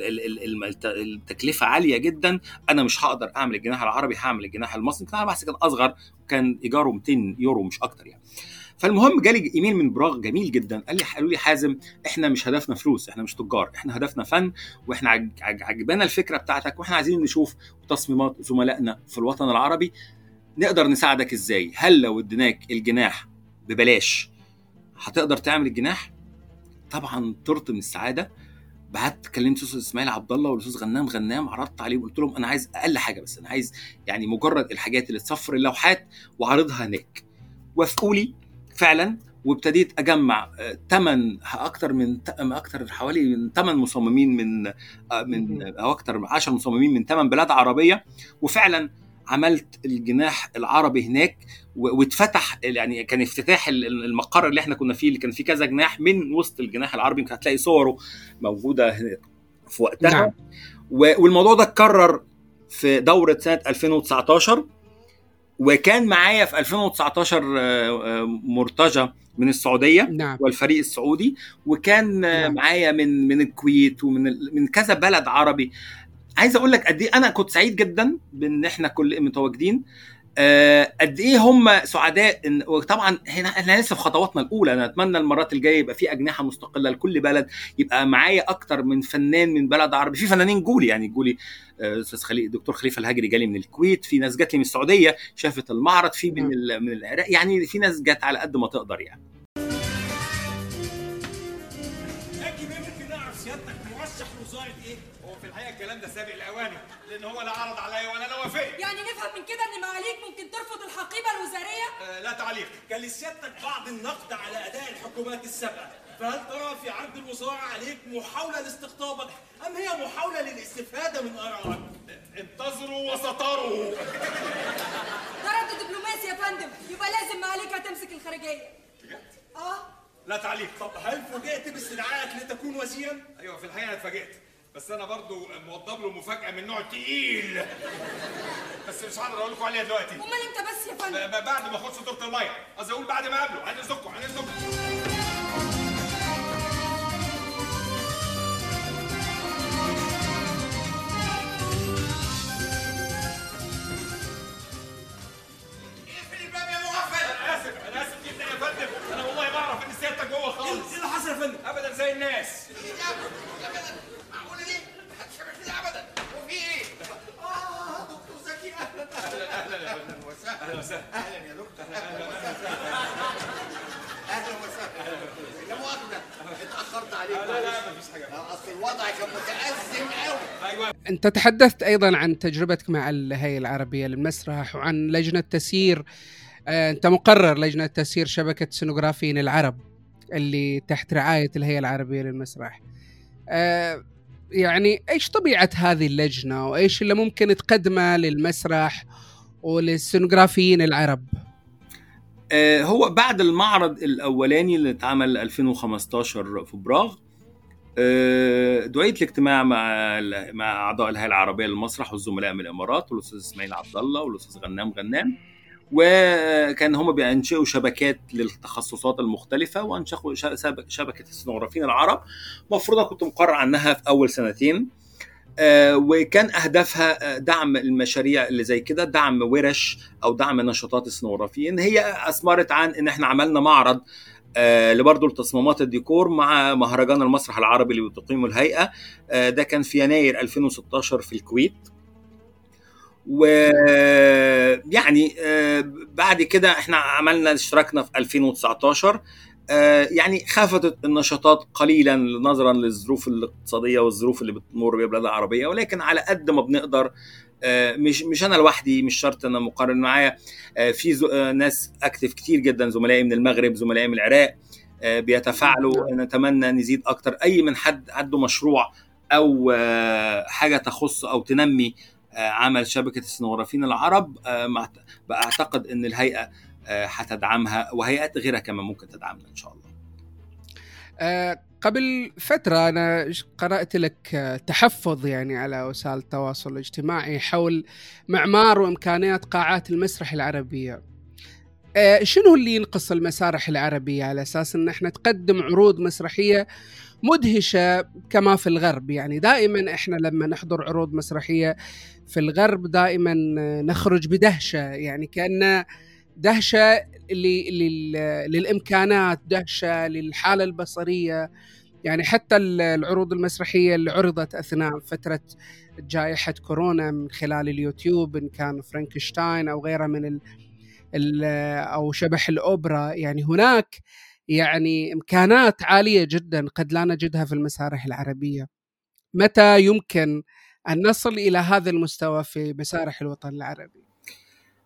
التكلفه عاليه جدا، انا مش هقدر اعمل الجناح العربي، هعمل الجناح المصري. كان بحث كان اصغر وكان ايجاره مئتين يورو مش اكتر يعني. فالمهم جالي ايميل من براغ جميل جدا، قال لي قالوا لي حازم احنا مش هدفنا فلوس، احنا مش تجار، احنا هدفنا فن، واحنا عج... عج... عجبنا الفكره بتاعتك، واحنا عايزين نشوف تصميمات زملائنا في الوطن العربي، نقدر نساعدك ازاي؟ هل لو اديناك الجناح ببلاش هتقدر تعمل الجناح؟ طبعا طرت من السعاده. بعت كلمت الاستاذ اسماعيل عبد الله والاستاذ غنام غنام، عرضت عليه وقلت لهم انا عايز اقل حاجه، بس انا عايز يعني مجرد الحاجات اللي تصفر اللوحات وعرضها هناك. وافقوا لي فعلا، وابتديت اجمع ثمان اكتر من اكتر حوالي من ثمان مصممين من من او اكتر من عشرة مصممين من ثمان بلاد عربيه، وفعلا عملت الجناح العربي هناك واتفتح، يعني كان افتتاح المقر اللي احنا كنا فيه اللي كان فيه كذا جناح من وسط الجناح العربي، يمكن هتلاقي صوره موجوده في وقتها. نعم. والموضوع ده اتكرر في دوره سنه ألفين وتسعتاشر، وكان معايا في ألفين وتسعتاشر مرتجى من السعوديه. نعم. والفريق السعودي، وكان نعم. معايا من من الكويت ومن من كذا بلد عربي. عايز اقول لك قد ايه انا كنت سعيد جدا بان احنا كل متواجدين، قد ايه هم سعداء. وطبعا هنا احنا لسه في خطواتنا الاولى. انا اتمنى المرات الجايه يبقى في اجنحه مستقله لكل بلد، يبقى معايا اكتر من فنان من بلد عربي. في فنانين جولي، يعني جولي استاذ خليل الدكتور خليفه الهجري جالي من الكويت، في ناس جات لي من السعوديه شافت المعرض، في من من العراق، يعني في ناس جات على قد ما تقدر. يعني الكلام ده سابق لاوانه، لان هو لا عرض عليا وانا لا وافقت. يعني نفهم من كده ان معاليك ممكن ترفض الحقيبه الوزاريه؟ آه لا تعليق. كان لسيادتك بعض النقد على اداء الحكومات السابقه، فهل ترى في عرض الوزاره عليك محاوله لاستقطابك ام هي محاوله للاستفاده من ارائك؟ انتظروا وستروا. ده رد دبلوماسي يا فندم، يبقى لازم معاليك هتمسك الخارجيه. اه لا تعليق. طب هل فوجئت باستدعائك لتكون وزيرا؟ ايوه في الحقيقه انا اتفاجئت، بس انا برضو موضب له مفاجاه من نوع تقيل، بس مش هقدر اقول لكم عليها دلوقتي. امال امتى بس يا فندم؟ بعد ما اخد صدورة الميه، قصدي اقول بعد ما اقابله. هنزقكم هنزقكم. اقفل الباب يا مغفل. انا اسف انا اسف جدا يا فندم، انا والله ما اعرف ان سيادتك جوه خالص. ايه اللي حصل يا فندم؟ ابدا زي الناس. اهلا وسهلا. اهلا يا دكتور. اهلا وسهلا. اهلا وسهلا. لا مؤاخذه اتاخرت عليك. لا لا مفيش حاجه، اصل الوضع كان متازم قوي. ايوه. انت تحدثت ايضا عن تجربتك مع الهيئه العربيه للمسرح وعن لجنه تسيير. انت مقرر لجنه تسيير شبكه سينوغرافيين العرب اللي تحت رعايه الهيئه العربيه للمسرح. يعني ايش طبيعه هذه اللجنه وايش اللي ممكن تقدمه للمسرح وللسينوغرافيين العرب؟ آه هو بعد المعرض الأولاني اللي اتعمل ألفين وخمستاشر في براغ، آه دعيت لاجتماع مع مع أعضاء الهيئة العربية للمسرح والزملاء من الإمارات والأستاذ إسماعيل عبد الله والأستاذ غنام غنام، وكان هم بينشئوا شبكات للتخصصات المختلفة، وانشئوا شبكة السينوغرافيين العرب. مفروض كنت مقرر عنها في أول سنتين، آه وكان أهدافها دعم المشاريع اللي زي كده، دعم ورش أو دعم نشاطات السينوغرافيين. هي أثمرت عن إن إحنا عملنا معرض آه لبرضو التصميمات الديكور مع مهرجان المسرح العربي اللي بتقيمه الهيئة. آه ده كان في يناير ألفين وستاشر في الكويت. ويعني آه بعد كده إحنا عملنا اشتراكنا في ألفين وتسعتاشر. يعني خافتت النشاطات قليلا نظرا للظروف الاقتصاديه والظروف اللي بتمر بها البلاد العربيه، ولكن على قد ما بنقدر، مش مش انا لوحدي، مش شرط انا مقارن معايا، في ناس اكتف كتير جدا، زملائي من المغرب، زملائي من العراق بيتفاعلوا. نتمنى نزيد اكتر. اي من حد عنده مشروع او حاجه تخص او تنمي عمل شبكه السينوغرافيين العرب، بعتقد ان الهيئه هتدعمها، وهيئات غيرها كمان ممكن تدعمنا إن شاء الله. أه قبل فترة أنا قرأت لك تحفظ يعني على وسائل التواصل الاجتماعي حول معمار وإمكانيات قاعات المسرح العربية. أه شنو اللي ينقص المسارح العربية على أساس أن احنا تقدم عروض مسرحية مدهشة كما في الغرب؟ يعني دائما احنا لما نحضر عروض مسرحية في الغرب دائما نخرج بدهشة، يعني كأن دهشة للإمكانات، دهشة للحالة البصرية. يعني حتى العروض المسرحية اللي عرضت أثناء فترة جائحة كورونا من خلال اليوتيوب، إن كان فرانكشتاين أو غيره من ال ال أو شبح الأوبرا، يعني هناك يعني إمكانات عالية جدا قد لا نجدها في المسارح العربية. متى يمكن أن نصل إلى هذا المستوى في مسارح الوطن العربي؟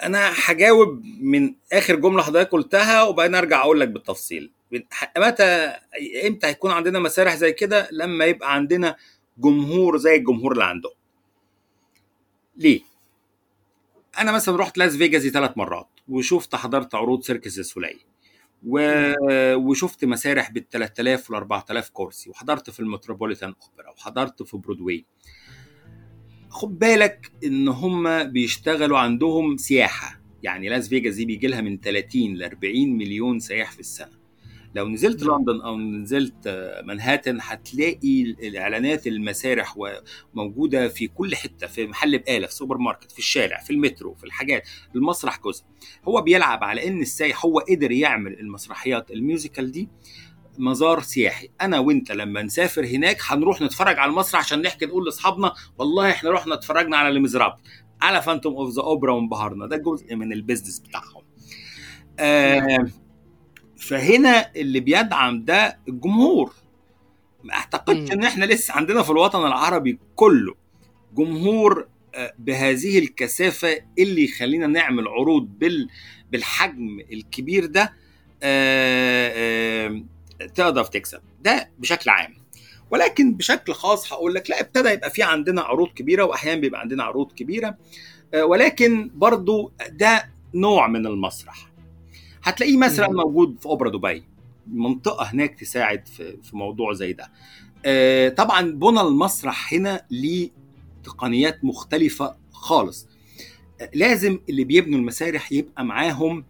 انا هجاوب من اخر جمله حضرتك قلتها وبعدين ارجع اقول لك بالتفصيل. متى امتى هيكون عندنا مسارح زي كده؟ لما يبقى عندنا جمهور زي الجمهور اللي عنده. ليه؟ انا مثلا رحت لاس فيجاس ثلاث مرات وشفت حضرت عروض سيركس السولي و... وشفت مسارح بال ثلاثة آلاف وال أربعة آلاف كرسي، وحضرت في المتروبوليتان اوبرا وحضرت في برودواي. خد بالك ان هم بيشتغلوا عندهم سياحه، يعني لاس فيجاس دي بيجي لها من ثلاثين ل أربعين مليون سائح في السنه. لو نزلت لندن او نزلت منهاتن هتلاقي الاعلانات المسارح موجوده في كل حته، في محل بقاله، في سوبر ماركت، في الشارع، في المترو، في الحاجات. المسرح جزء. هو بيلعب على ان السائح هو قدر يعمل المسرحيات الميوزيكال دي مزار سياحي. انا وانت لما نسافر هناك هنروح نتفرج على المسرح عشان نحكي نقول لاصحابنا والله احنا رحنا اتفرجنا على ليميزرابل، على فانتوم اوف ذا اوبرا وانبهرنا. ده جزء من البيزنس بتاعهم. آه فهنا اللي بيدعم ده الجمهور. ما اعتقدش ان احنا لسه عندنا في الوطن العربي كله جمهور بهذه الكثافة اللي يخلينا نعمل عروض بال بالحجم الكبير ده آآ آآ تقدر تكسب. ده بشكل عام. ولكن بشكل خاص هقول لك لا، ابتدى يبقى في عندنا عروض كبيرة، واحيانا بيبقى عندنا عروض كبيرة، ولكن برضو ده نوع من المسرح. هتلاقيه مثلا موجود في اوبرا دبي، منطقة هناك تساعد في في موضوع زي ده. طبعا بنى المسرح هنا ليه تقنيات مختلفة خالص. لازم اللي بيبنوا المسارح يبقى معاهم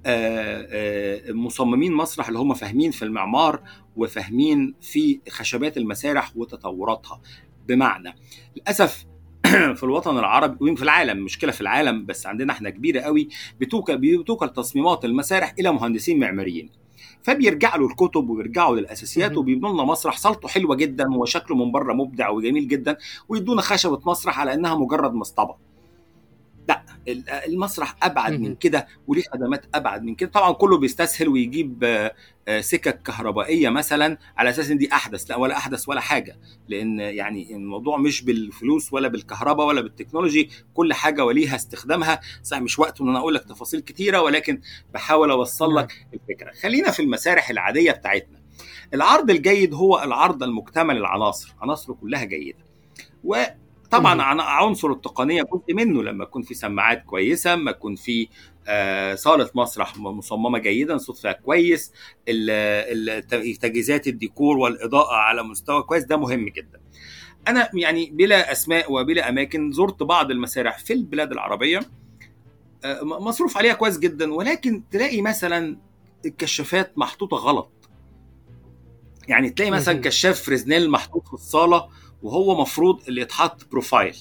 مصممين مسرح اللي هم فاهمين في المعمار وفاهمين في خشبات المسارح وتطوراتها. بمعنى للأسف في الوطن العربي وفي العالم، مشكلة في العالم بس عندنا احنا كبيرة قوي، بتوكل بتوكل تصميمات المسارح إلى مهندسين معماريين، فبيرجعوا له الكتب وبيرجعوا للأساسيات وبيبنوا لنا مسرح صالته حلوة جدا وشكله من بره مبدع وجميل جدا، ويدونا خشبة مسرح على أنها مجرد مصطبة. لا، المسرح أبعد من كده وليه خدمات أبعد من كده. طبعا كله بيستسهل ويجيب سكك كهربائية مثلا على أساس إن دي أحدث. لا، ولا أحدث ولا حاجة، لأن يعني الموضوع مش بالفلوس ولا بالكهرباء ولا بالتكنولوجي، كل حاجة وليها استخدامها. صحيح مش وقت إن أنا أقول لك تفاصيل كتيرة، ولكن بحاول أوصل لك الفكرة. خلينا في المسارح العادية بتاعتنا. العرض الجيد هو العرض المكتمل العناصر، عناصره كلها جيدة. و طبعا عنصر التقنيه جزء منه، لما يكون في سماعات كويسه، لما يكون في آه صاله مسرح مصممه جيدا، صوت فيها كويس، تجهيزات الديكور والاضاءه على مستوى كويس، ده مهم جدا. انا يعني بلا اسماء وبلا اماكن زرت بعض المسارح في البلاد العربيه آه مصروف عليها كويس جدا، ولكن تلاقي مثلا الكشافات محطوطه غلط. يعني تلاقي مثلا كشاف فريزنيل محطوط في الصاله وهو مفروض اللي يتحط بروفايل.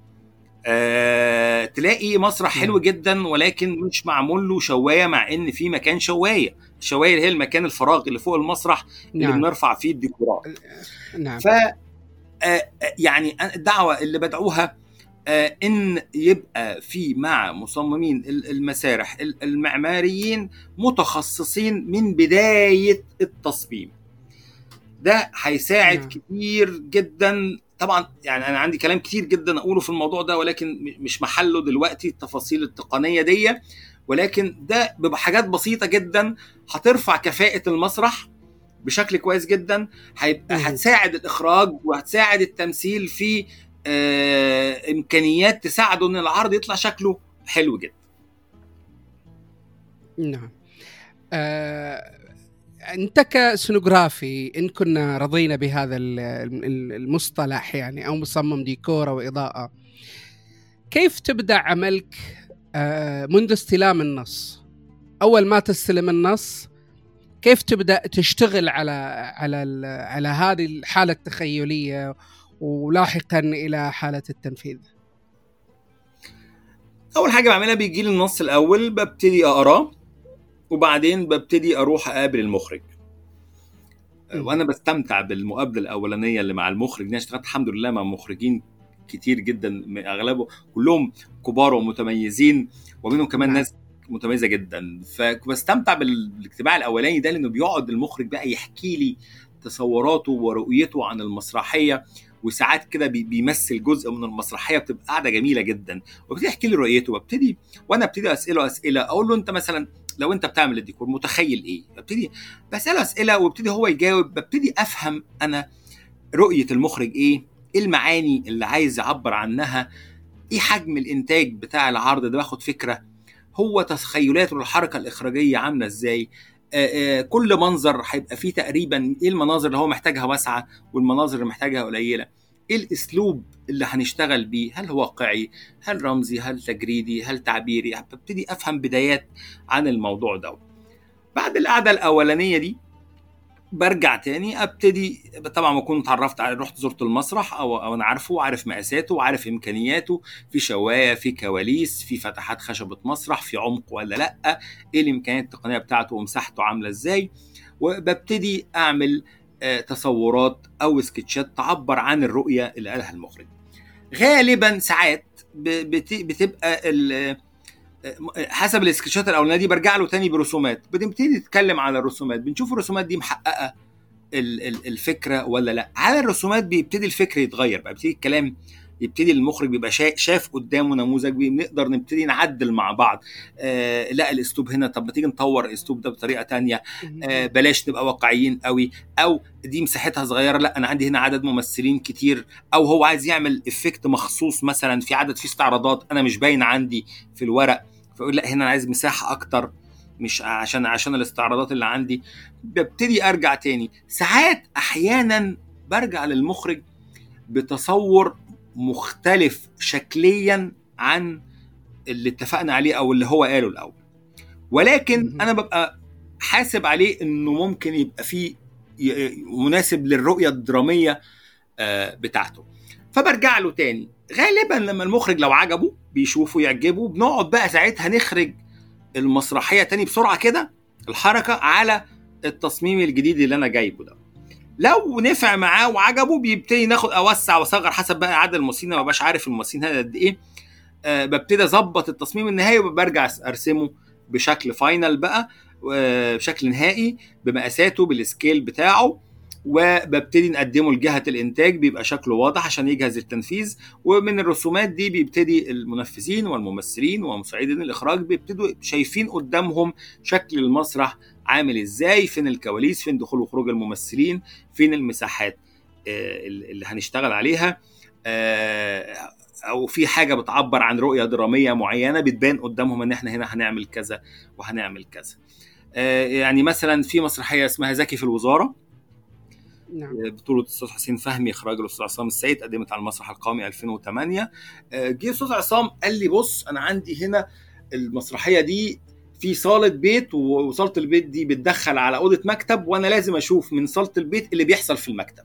أه تلاقي مسرح حلو جدا ولكن مش معمول له شوايه، مع ان في مكان شوايه. الشوايه اللي هي المكان الفراغ اللي فوق المسرح اللي نعم. بنرفع فيه الديكورات. نعم. ف أه يعني الدعوه اللي بدعوها أه ان يبقى في مع مصممين المسارح المعماريين متخصصين من بدايه التصميم. ده هيساعد نعم. كتير جدا. طبعا يعني انا عندي كلام كتير جدا اقوله في الموضوع ده، ولكن مش محله دلوقتي التفاصيل التقنيه دي، ولكن ده بيبقى حاجات بسيطه جدا هترفع كفاءه المسرح بشكل كويس جدا. هيبقى هتساعد الاخراج وهتساعد التمثيل في آه امكانيات تساعده ان العرض يطلع شكله حلو جدا. نعم. آه أنت كسينوغرافي، إن كنا رضينا بهذا المصطلح يعني، أو مصمم ديكور وإضاءة، كيف تبدأ عملك منذ استلام النص؟ أول ما تستلم النص كيف تبدأ تشتغل على على على هذه الحالة التخيلية ولاحقا إلى حالة التنفيذ؟ أول حاجة بعملها بيجي لي النص الأول، ببتدي أقرأ، وبعدين ببتدي أروح أقابل المخرج. م. وأنا بستمتع بالمقابلة الأولانية اللي مع المخرج. أنا اشتغلت الحمد لله مع مخرجين كتير جدا، أغلبه كلهم كبار ومتميزين، ومنهم كمان م. ناس متميزة جدا. فبستمتع بالاجتماع الأولاني ده، لأنه بيقعد المخرج بقى يحكي لي تصوراته ورؤيته عن المسرحية، وساعات كده بيمثل جزء من المسرحيه، بتبقى قاعده جميله جدا، وببتدي احكي له رؤيته، وابتدي وانا ابتدي اساله اسئله، اقول له انت مثلا لو انت بتعمل الديكور متخيل ايه، ببتدي بساله اسئله وابتدي هو يجاوب، ببتدي افهم انا رؤيه المخرج ايه، ايه المعاني اللي عايز يعبر عنها، ايه حجم الانتاج بتاع العرض ده، باخد فكره هو تخيلاته للحركه الاخراجيه عامله ازاي. آآ آآ كل منظر هيبقى فيه تقريبا ايه المناظر اللي هو محتاجها واسعه والمناظر اللي محتاجها قليله، ايه الاسلوب اللي هنشتغل بيه، هل هو واقعي، هل رمزي، هل تجريدي، هل تعبيري. ببتدي افهم بدايات عن الموضوع ده. بعد القعده الاولانيه دي برجع تاني ابتدي طبعا بكون اتعرفت على، رحت زرت المسرح او او انا عارفه وعارف مقاساته وعارف امكانياته، في شوايه، في كواليس، في فتحات خشبه مسرح، في عمق ولا لا، ايه الامكانيات التقنيه بتاعته ومساحته عامله ازاي. وببتدي اعمل آه تصورات او سكتشات تعبر عن الرؤيه اللي قالها المخرج. غالبا ساعات بتبقى حسب السكتشات الاولانيه دي برجع له تاني برسومات، بنبتدي نتكلم على الرسومات، بنشوف الرسومات دي محققه الفكره ولا لا. على الرسومات بيبتدي الفكر يتغير بقى، بيبتدي الكلام، يبتدي المخرج بيبقى شاف قدامه نموذج، بنقدر نبتدي نعدل مع بعض. آه لا الاسلوب هنا، طب ما تيجي نطور الاسلوب ده بطريقه تانية، آه بلاش نبقى واقعيين قوي، او دي مساحتها صغيره، لا انا عندي هنا عدد ممثلين كتير، او هو عايز يعمل افكت مخصوص مثلا في عدد، في استعراضات انا مش باين عندي في الورق، فاقول لا هنا انا عايز مساحه اكتر مش عشان عشان الاستعراضات اللي عندي. ببتدي ارجع تاني. ساعات احيانا برجع للمخرج بتصور مختلف شكليا عن اللي اتفقنا عليه او اللي هو قاله الاول، ولكن انا ببقى حاسب عليه انه ممكن يبقى فيه مناسب للرؤية الدرامية بتاعته، فبرجع له تاني. غالبا لما المخرج لو عجبه بيشوفه يعجبه، بنقعد بقى ساعتها نخرج المسرحية تاني بسرعة كده الحركة على التصميم الجديد اللي انا جايبه ده. لو نفع معاه وعجبه بيبتدي ناخد اوسع واصغر حسب بقى عدد الممثلين، ما بقاش عارف الممثلين هذا قد ايه، أه ببتدي اظبط التصميم النهائي وبرجع ارسمه بشكل فاينل بقى، بشكل نهائي بمقاساته بالسكيل بتاعه، وببتدي نقدمه لجهة الانتاج بيبقى شكله واضح عشان يجهز التنفيذ. ومن الرسومات دي بيبتدي المنفذين والممثلين ومساعدين الاخراج بيبتدوا شايفين قدامهم شكل المسرح عامل ازاي، فين الكواليس، فين دخول وخروج الممثلين، فين المساحات اللي هنشتغل عليها، او في حاجة بتعبر عن رؤية درامية معينة بتبان قدامهم ان احنا هنا هنعمل كذا وهنعمل كذا. يعني مثلا في مسرحية اسمها زكي في الوزارة، نعم، بطولة الأستاذ حسين فهمي، إخراج الأستاذ عصام السيد، قدمت على المسرح القومي ألفين وثمانية. جه الأستاذ عصام قال لي بص أنا عندي هنا المسرحية دي في صالة بيت، وصالة البيت دي بتدخل على أوضة مكتب، وأنا لازم أشوف من صالة البيت اللي بيحصل في المكتب.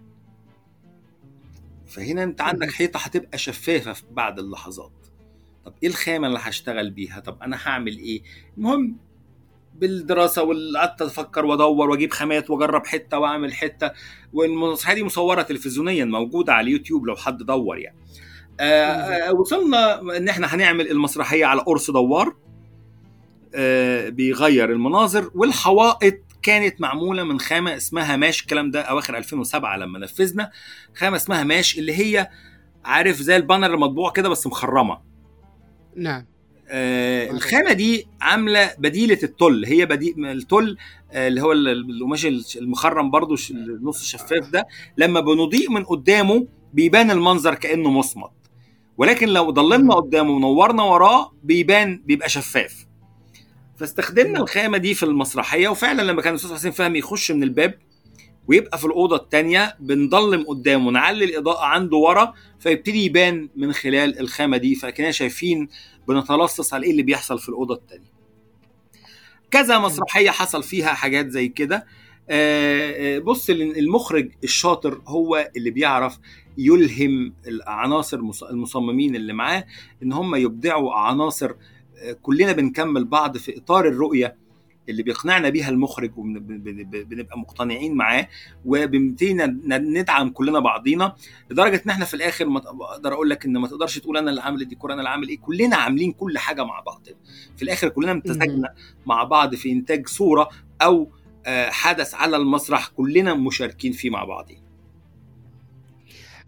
فهنا أنت عندك حيطة هتبقى شفافة في بعض اللحظات. طب إيه الخامة اللي هشتغل بيها؟ طب أنا هعمل إيه؟ المهم بالدراسة والقعدت أفكر وأدور وأجيب خامات وأجرب حتة وأعمل حتة، والمسرحية دي مصورة تلفزيونيا موجودة على اليوتيوب لو حد دور يعني. آه وصلنا إن إحنا هنعمل المسرحية على قرص دوار آه بيغير المناظر، والحوائط كانت معمولة من خامة اسمها ماش، الكلام ده أواخر ألفين وسبعة لما نفذنا، خامة اسمها ماش اللي هي عارف زي البانر المطبوع كده بس مخرمة. نعم. آه الخامة دي عاملة بديلة التل، هي بديل التل آه اللي هو القماش المخرم برضو النص الشفاف ده، لما بنضيء من قدامه بيبان المنظر كأنه مصمت، ولكن لو ضلمنا قدامه ونورنا وراه بيبان بيبقى شفاف. فاستخدمنا الخامة دي في المسرحية، وفعلا لما كان الأستاذ حسين فهمي يخش من الباب ويبقى في الأوضة التانية بنضلم قدامه نعلي الإضاءة عنده ورا، فيبتدي يبان من خلال الخامة دي، فكنا شايفين بنتلصص على إيه اللي بيحصل في الأوضة التانية. كذا مسرحية حصل فيها حاجات زي كده. بص المخرج الشاطر هو اللي بيعرف يلهم العناصر المصممين اللي معاه إن هم يبدعوا عناصر كلنا بنكمل بعض في إطار الرؤية اللي بيقنعنا بيها المخرج، وبنبقى مقتنعين معاه، وبنبتدي ندعم كلنا بعضينا، لدرجه ان احنا في الاخر ما اقدر اقول لك ان ما تقدرش تقول انا اللي عامل الديكور انا اللي عامل ايه، كلنا عاملين كل حاجه مع بعض في الاخر، كلنا امتزجنا مع بعض في انتاج صوره او حدث على المسرح كلنا مشاركين فيه مع بعضين.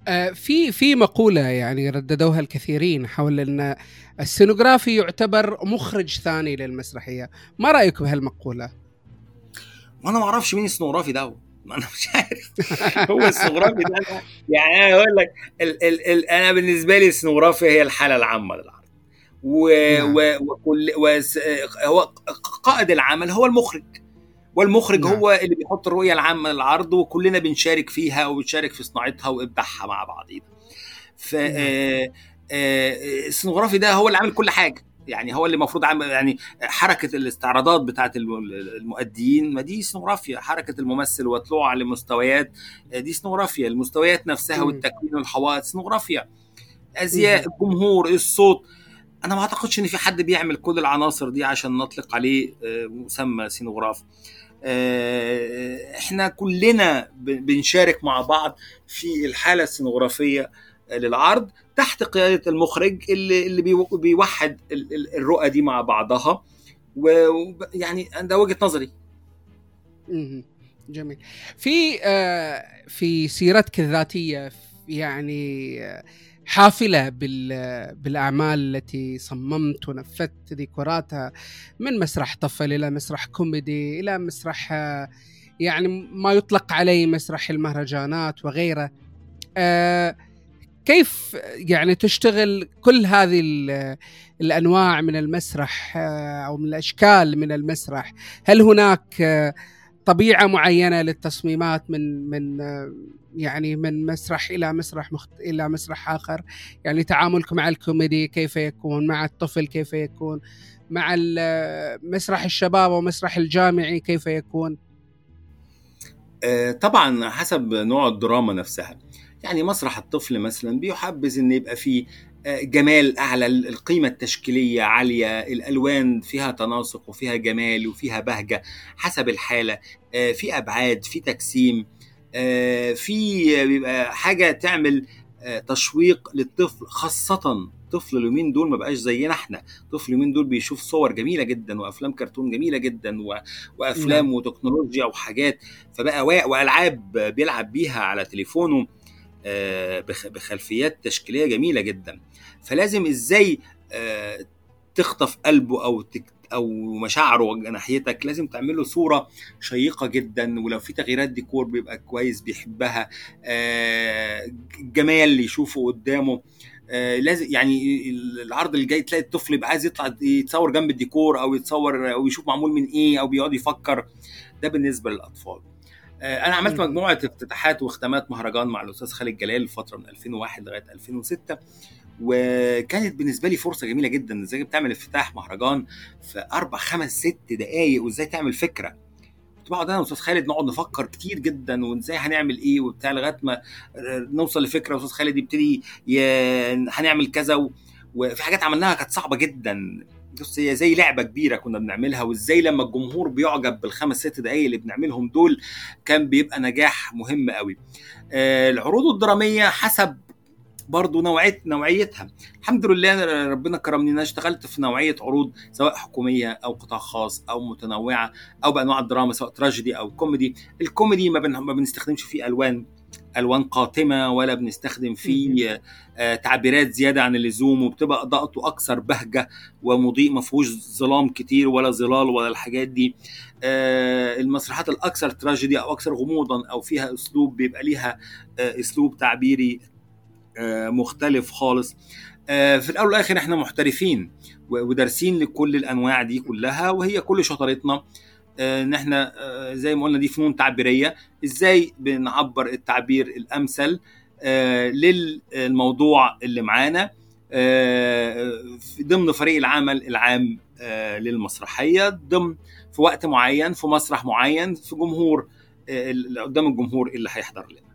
آه في في مقولة يعني رددوها الكثيرين حول أن السينوغرافي يعتبر مخرج ثاني للمسرحية، ما رأيك بهالمقولة؟ وانا ما اعرفش مين السينوغرافي ده، ما انا مش عارف. هو السينوغرافي ده أنا يعني انا اقول لك ال ال ال انا بالنسبه لي السينوغرافي هي الحاله العامه للعرض، وكل هو قائد العمل هو المخرج، والمخرج نعم. هو اللي بيحط الرؤيه العامه للعرض، وكلنا بنشارك فيها وبنشارك في صناعتها وابداعها مع بعضينا. ف السينوغرافي ده هو اللي عامل كل حاجه، يعني هو اللي المفروض عامل يعني حركه الاستعراضات بتاعه المؤديين، ما دي سينوغرافيا، حركه الممثل وطلوعه على مستويات دي سينوغرافيا، المستويات نفسها والتكوين والحوائط سينوغرافيا، ازياء الجمهور الصوت. انا ما اعتقدش ان في حد بيعمل كل العناصر دي عشان نطلق عليه مسمى سينوغراف. احنا كلنا بنشارك مع بعض في الحاله السينوغرافيه للعرض تحت قياده المخرج اللي اللي بيوحد الرؤى دي مع بعضها، ويعني ده وجهه نظري. جميل. في في سيرتك الذاتيه يعني حافلة بالأعمال التي صممت ونفذت ديكوراتها، من مسرح طفل إلى مسرح كوميدي إلى مسرح يعني ما يطلق عليه مسرح المهرجانات وغيره. آه كيف يعني تشتغل كل هذه الأنواع من المسرح أو من الأشكال من المسرح؟ هل هناك طبيعة معينة للتصميمات من من يعني من مسرح إلى مسرح مخت... إلى مسرح آخر؟ يعني تعاملك مع الكوميدي كيف يكون، مع الطفل كيف يكون، مع مسرح الشباب ومسرح الجامعي كيف يكون؟ آه طبعا حسب نوع الدراما نفسها. يعني مسرح الطفل مثلا بيحبذ ان يبقى فيه جمال اعلى، القيمه التشكيليه عاليه، الالوان فيها تناسق وفيها جمال وفيها بهجه حسب الحاله، في ابعاد، في تجسيم، في بيبقى حاجه تعمل تشويق للطفل، خاصه طفل اليومين دول ما بقاش زينا احنا، طفل اليومين دول بيشوف صور جميله جدا وافلام كرتون جميله جدا وافلام م. وتكنولوجيا وحاجات، فبقى والعاب بيلعب بيها على تليفونه بخلفيات تشكيليه جميله جدا. فلازم ازاي تخطف قلبه او او مشاعره ناحيتك، لازم تعمله صوره شيقه جدا، ولو في تغييرات ديكور بيبقى كويس بيحبها، جمال اللي يشوفه قدامه. لازم يعني العرض اللي جاي تلاقي الطفل يبقى عايز يطلع يتصور جنب الديكور او يتصور او يشوف معمول من ايه او بيقعد يفكر. ده بالنسبه للاطفال. انا عملت مجموعه افتتاحات واختامات مهرجان مع الاستاذ خالد جلال الفتره من ألفين وواحد لغايه ألفين وستة، وكانت بالنسبه لي فرصه جميله جدا. ازاي بتعمل افتتاح مهرجان في اربع خمس ست دقائق، وازاي تعمل فكره. كنت بقعد انا واستاذ خالد نقعد نفكر كتير جدا، وازاي هنعمل ايه وبتاع لغايه ما نوصل لفكره، واستاذ خالد يبتدي ي... هنعمل كذا و... وفي حاجات عملناها كانت صعبه جدا. بص هي زي لعبه كبيره كنا بنعملها، وازاي لما الجمهور بيعجب بالخمس ست دقايق اللي بنعملهم دول كان بيبقى نجاح مهم قوي. آه العروض الدراميه حسب برضو نوعيه نوعيتها. الحمد لله ربنا كرمني انا اشتغلت في نوعيه عروض سواء حكوميه او قطاع خاص او متنوعه او بانواع الدراما سواء تراجيدي او كوميدي. الكوميدي ما, بن... ما بنستخدمش فيه الوان الوان قاتمه، ولا بنستخدم فيه آه تعبيرات زياده عن اللزوم، وبتبقى اضاءته اكثر بهجه ومضيء، ما فيهوش ظلام كتير ولا ظلال ولا الحاجات دي. آه المسرحيات الاكثر تراجيدي او اكثر غموضا او فيها اسلوب بيبقى ليها آه اسلوب تعبيري آه مختلف خالص. آه في الاول والاخر احنا محترفين ودارسين لكل الانواع دي كلها، وهي كل شطارتنا ان احنا زي ما قلنا دي فنون تعبيريه، ازاي بنعبر التعبير الامثل للموضوع اللي معانا ضمن فريق العمل العام للمسرحيه، ضمن في وقت معين في مسرح معين في جمهور قدام الجمهور اللي هيحضر لنا.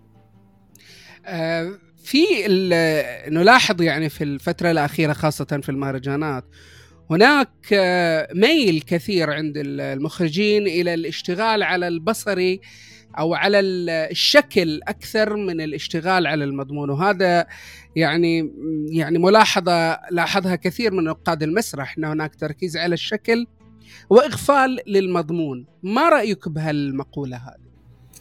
في نلاحظ يعني في الفتره الاخيره خاصه في المهرجانات هناك ميل كثير عند المخرجين إلى الاشتغال على البصري أو على الشكل أكثر من الاشتغال على المضمون، وهذا يعني يعني ملاحظة لاحظها كثير من نقاد المسرح، أن هناك تركيز على الشكل وإغفال للمضمون. ما رأيك بهالمقولة هذه؟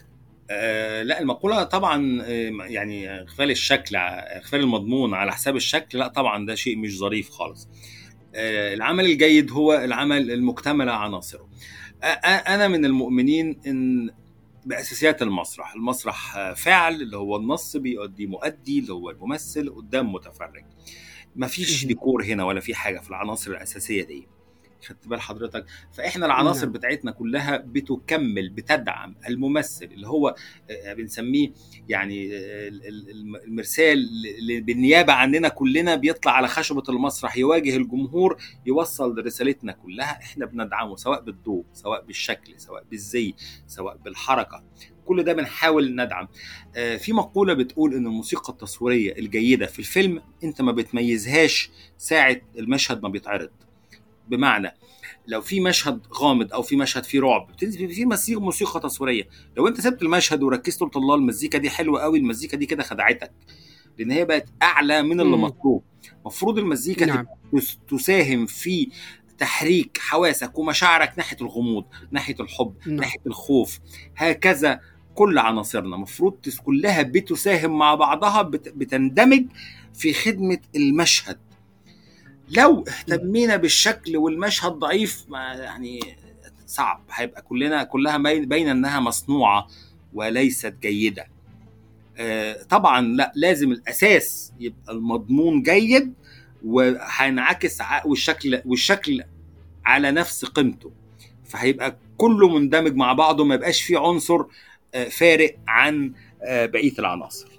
آه لا، المقولة طبعا يعني اغفال الشكل اغفال المضمون على حساب الشكل، لا طبعا ده شيء مش ظريف خالص. آه العمل الجيد هو العمل المكتمل عناصره. آه انا من المؤمنين ان بأساسيات المسرح، المسرح فعل اللي هو النص بيؤدي مؤدي اللي هو الممثل قدام متفرج، مفيش ديكور هنا ولا في حاجة في العناصر الأساسية دي، خدت بال حضرتك؟ فاحنا العناصر نعم. بتاعتنا كلها بتكمل بتدعم الممثل اللي هو بنسميه يعني المرسال اللي بالنيابه عننا كلنا بيطلع على خشبه المسرح يواجه الجمهور، يوصل رسالتنا كلها، احنا بندعمه سواء بالضوء سواء بالشكل سواء بالزي سواء بالحركه، كل ده بنحاول ندعم. في مقولة بتقول ان الموسيقى التصويرية الجيدة في الفيلم انت ما بتميزهاش ساعة المشهد ما بيتعرض. بمعنى لو في مشهد غامض او في مشهد فيه رعب بتنزل في موسيقى موسيقى تصويريه، لو انت سبت المشهد وركزت قلت الله المزيكا دي حلوه قوي، المزيكا دي كده خدعتك لان هي بقت اعلى من اللي مطلوب. مفروض المزيكا نعم. تساهم في تحريك حواسك ومشاعرك ناحيه الغموض، ناحيه الحب، نعم. ناحيه الخوف، هكذا كل عناصرنا مفروض كلها بتساهم مع بعضها، بتندمج في خدمه المشهد. لو اهتمينا بالشكل والمشهد ضعيف ما يعني صعب، هيبقى كلنا كلها باينه انها مصنوعه وليست جيده. آه طبعا لا، لازم الاساس يبقى المضمون جيد وهينعكس والشكل والشكل على نفس قيمته، فهيبقى كله مندمج مع بعضه، ما يبقاش فيه عنصر آه فارق عن آه بقيه العناصر.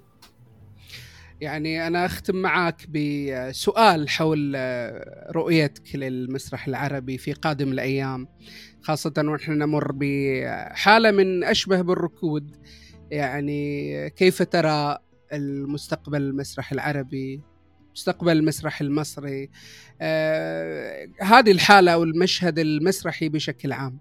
يعني أنا أختم معك بسؤال حول رؤيتك للمسرح العربي في قادم الأيام، خاصة ونحن نمر بحالة من أشبه بالركود. يعني كيف ترى المستقبل المسرح العربي، مستقبل المسرح المصري، آه، هذه الحالة أو المشهد المسرحي بشكل عام؟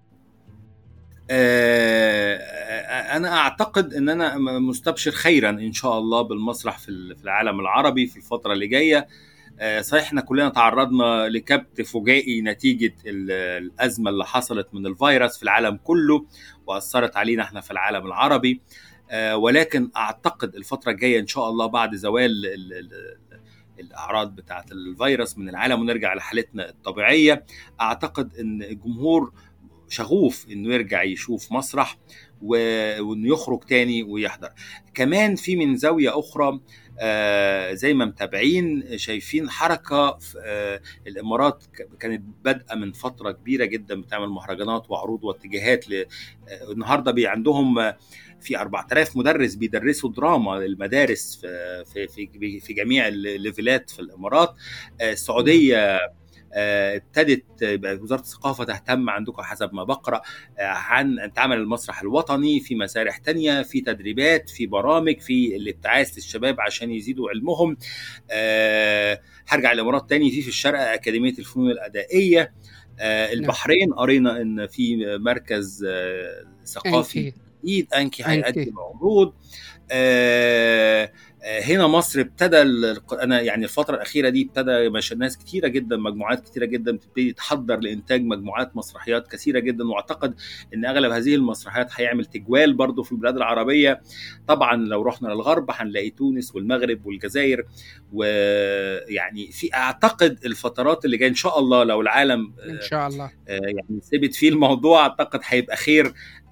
أنا أعتقد أن أنا مستبشر خيرا إن شاء الله بالمسرح في العالم العربي في الفترة اللي جاية. صحيح إحنا كلنا تعرضنا لكبت فجائي نتيجة الأزمة اللي حصلت من الفيروس في العالم كله وأثرت علينا إحنا في العالم العربي، ولكن أعتقد الفترة الجاية إن شاء الله بعد زوال الأعراض بتاعة الفيروس من العالم ونرجع لحالتنا الطبيعية، أعتقد أن الجمهور شغوف انه يرجع يشوف مسرح وانه يخرج تاني ويحضر. كمان في من زاوية اخرى آه زي ما متابعين شايفين حركة في آه الامارات كانت بادئة من فترة كبيرة جدا بتعمل مهرجانات وعروض واتجاهات ل... آه النهاردة بي عندهم في أربعة آلاف مدرس بيدرسوا دراما للمدارس في في في جميع الليفلات في الامارات. آه السعودية ابتدت وزارة الثقافة تهتم عندكم حسب ما بقرأ عن تعمل المسرح الوطني في مسارح تانية، في تدريبات، في برامج، في الابتعاث للشباب عشان يزيدوا علمهم. أه هرجع الإمارات تاني، في في الشارقة أكاديمية الفنون الأدائية. أه البحرين قرينا إن في مركز أه ثقافي جديد أنكي هيقدم عروض. أه هنا مصر ابتدى انا يعني الفتره الاخيره دي ابتدى ناس كتيره جدا، مجموعات كتيره جدا بتبتدي تحضر لانتاج مجموعات مسرحيات كثيره جدا، واعتقد ان اغلب هذه المسرحيات هيعمل تجوال برضو في البلاد العربيه. طبعا لو رحنا للغرب هنلاقي تونس والمغرب والجزائر، ويعني في اعتقد الفترات اللي جايه ان شاء الله لو العالم ان شاء الله يعني ثبت فيه الموضوع، اعتقد هيبقى خير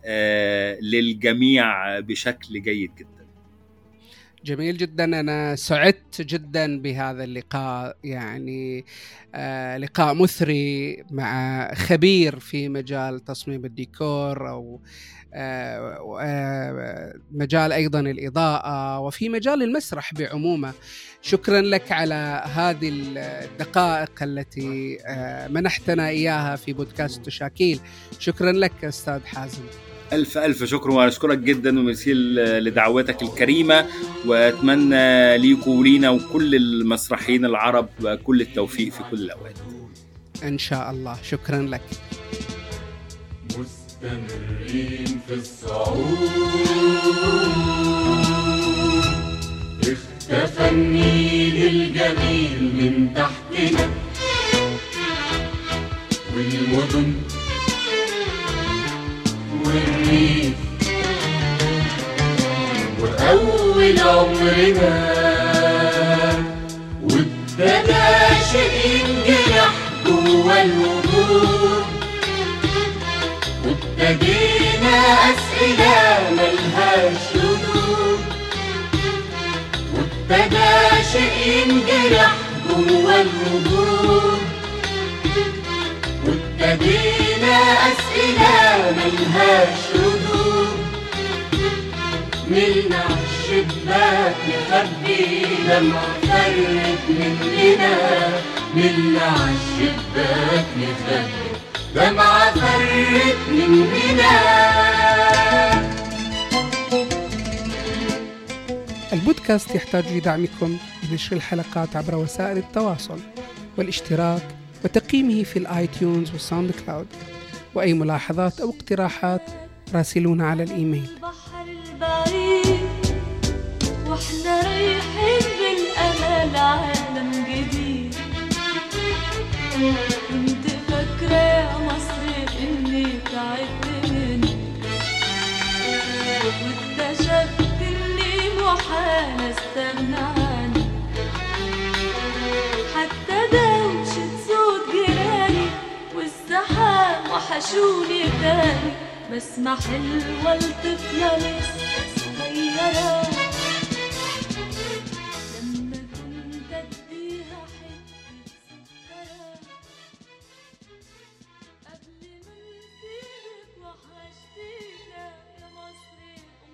للجميع بشكل جيد جدا. جميل جدا، أنا سعدت جدا بهذا اللقاء، يعني آه لقاء مثري مع خبير في مجال تصميم الديكور أو آه آه مجال أيضا الإضاءة وفي مجال المسرح بعمومه. شكرا لك على هذه الدقائق التي آه منحتنا إياها في بودكاست تشاكيل. شكرا لك أستاذ حازم. ألف ألف شكر وأشكرك جدا وميرسي لدعوتك الكريمة، وأتمنى ليكوا ولينا وكل المسرحيين العرب كل التوفيق في كل الأوقات إن شاء الله. شكرا لك. مستمرين في الصعود، اختفى النيل الجميل من تحتنا، والمدن والريف أول عمرنا، وابتدى شيء ينجرح جوا الوجود، وابتدينا أسئلة ملهاش ردود، وابتدى شيء ينجرح جوا الوجود، وابتدينا أسئلة ملهاش ردود. ملنا عالشباك نخبي دمعة فرت مننا، ملنا عالشباك نخبي دمعة فرت مننا. البودكاست يحتاج لدعمكم لنشر الحلقات عبر وسائل التواصل والاشتراك وتقييمه في الآي تيونز والساوند كلاود. وأي ملاحظات أو اقتراحات راسلونا على الإيميل. البحر البعيد واحنا رايحين بالأمل عالم جديد، كنت فاكرة يا مصر إني تعبت منك، واكتشفت إني محال استغنى عنك. حتى دوشة صوت جيراني والزحام وحشوني تاني، بسمة حلوة لطفلة لسه صغيرة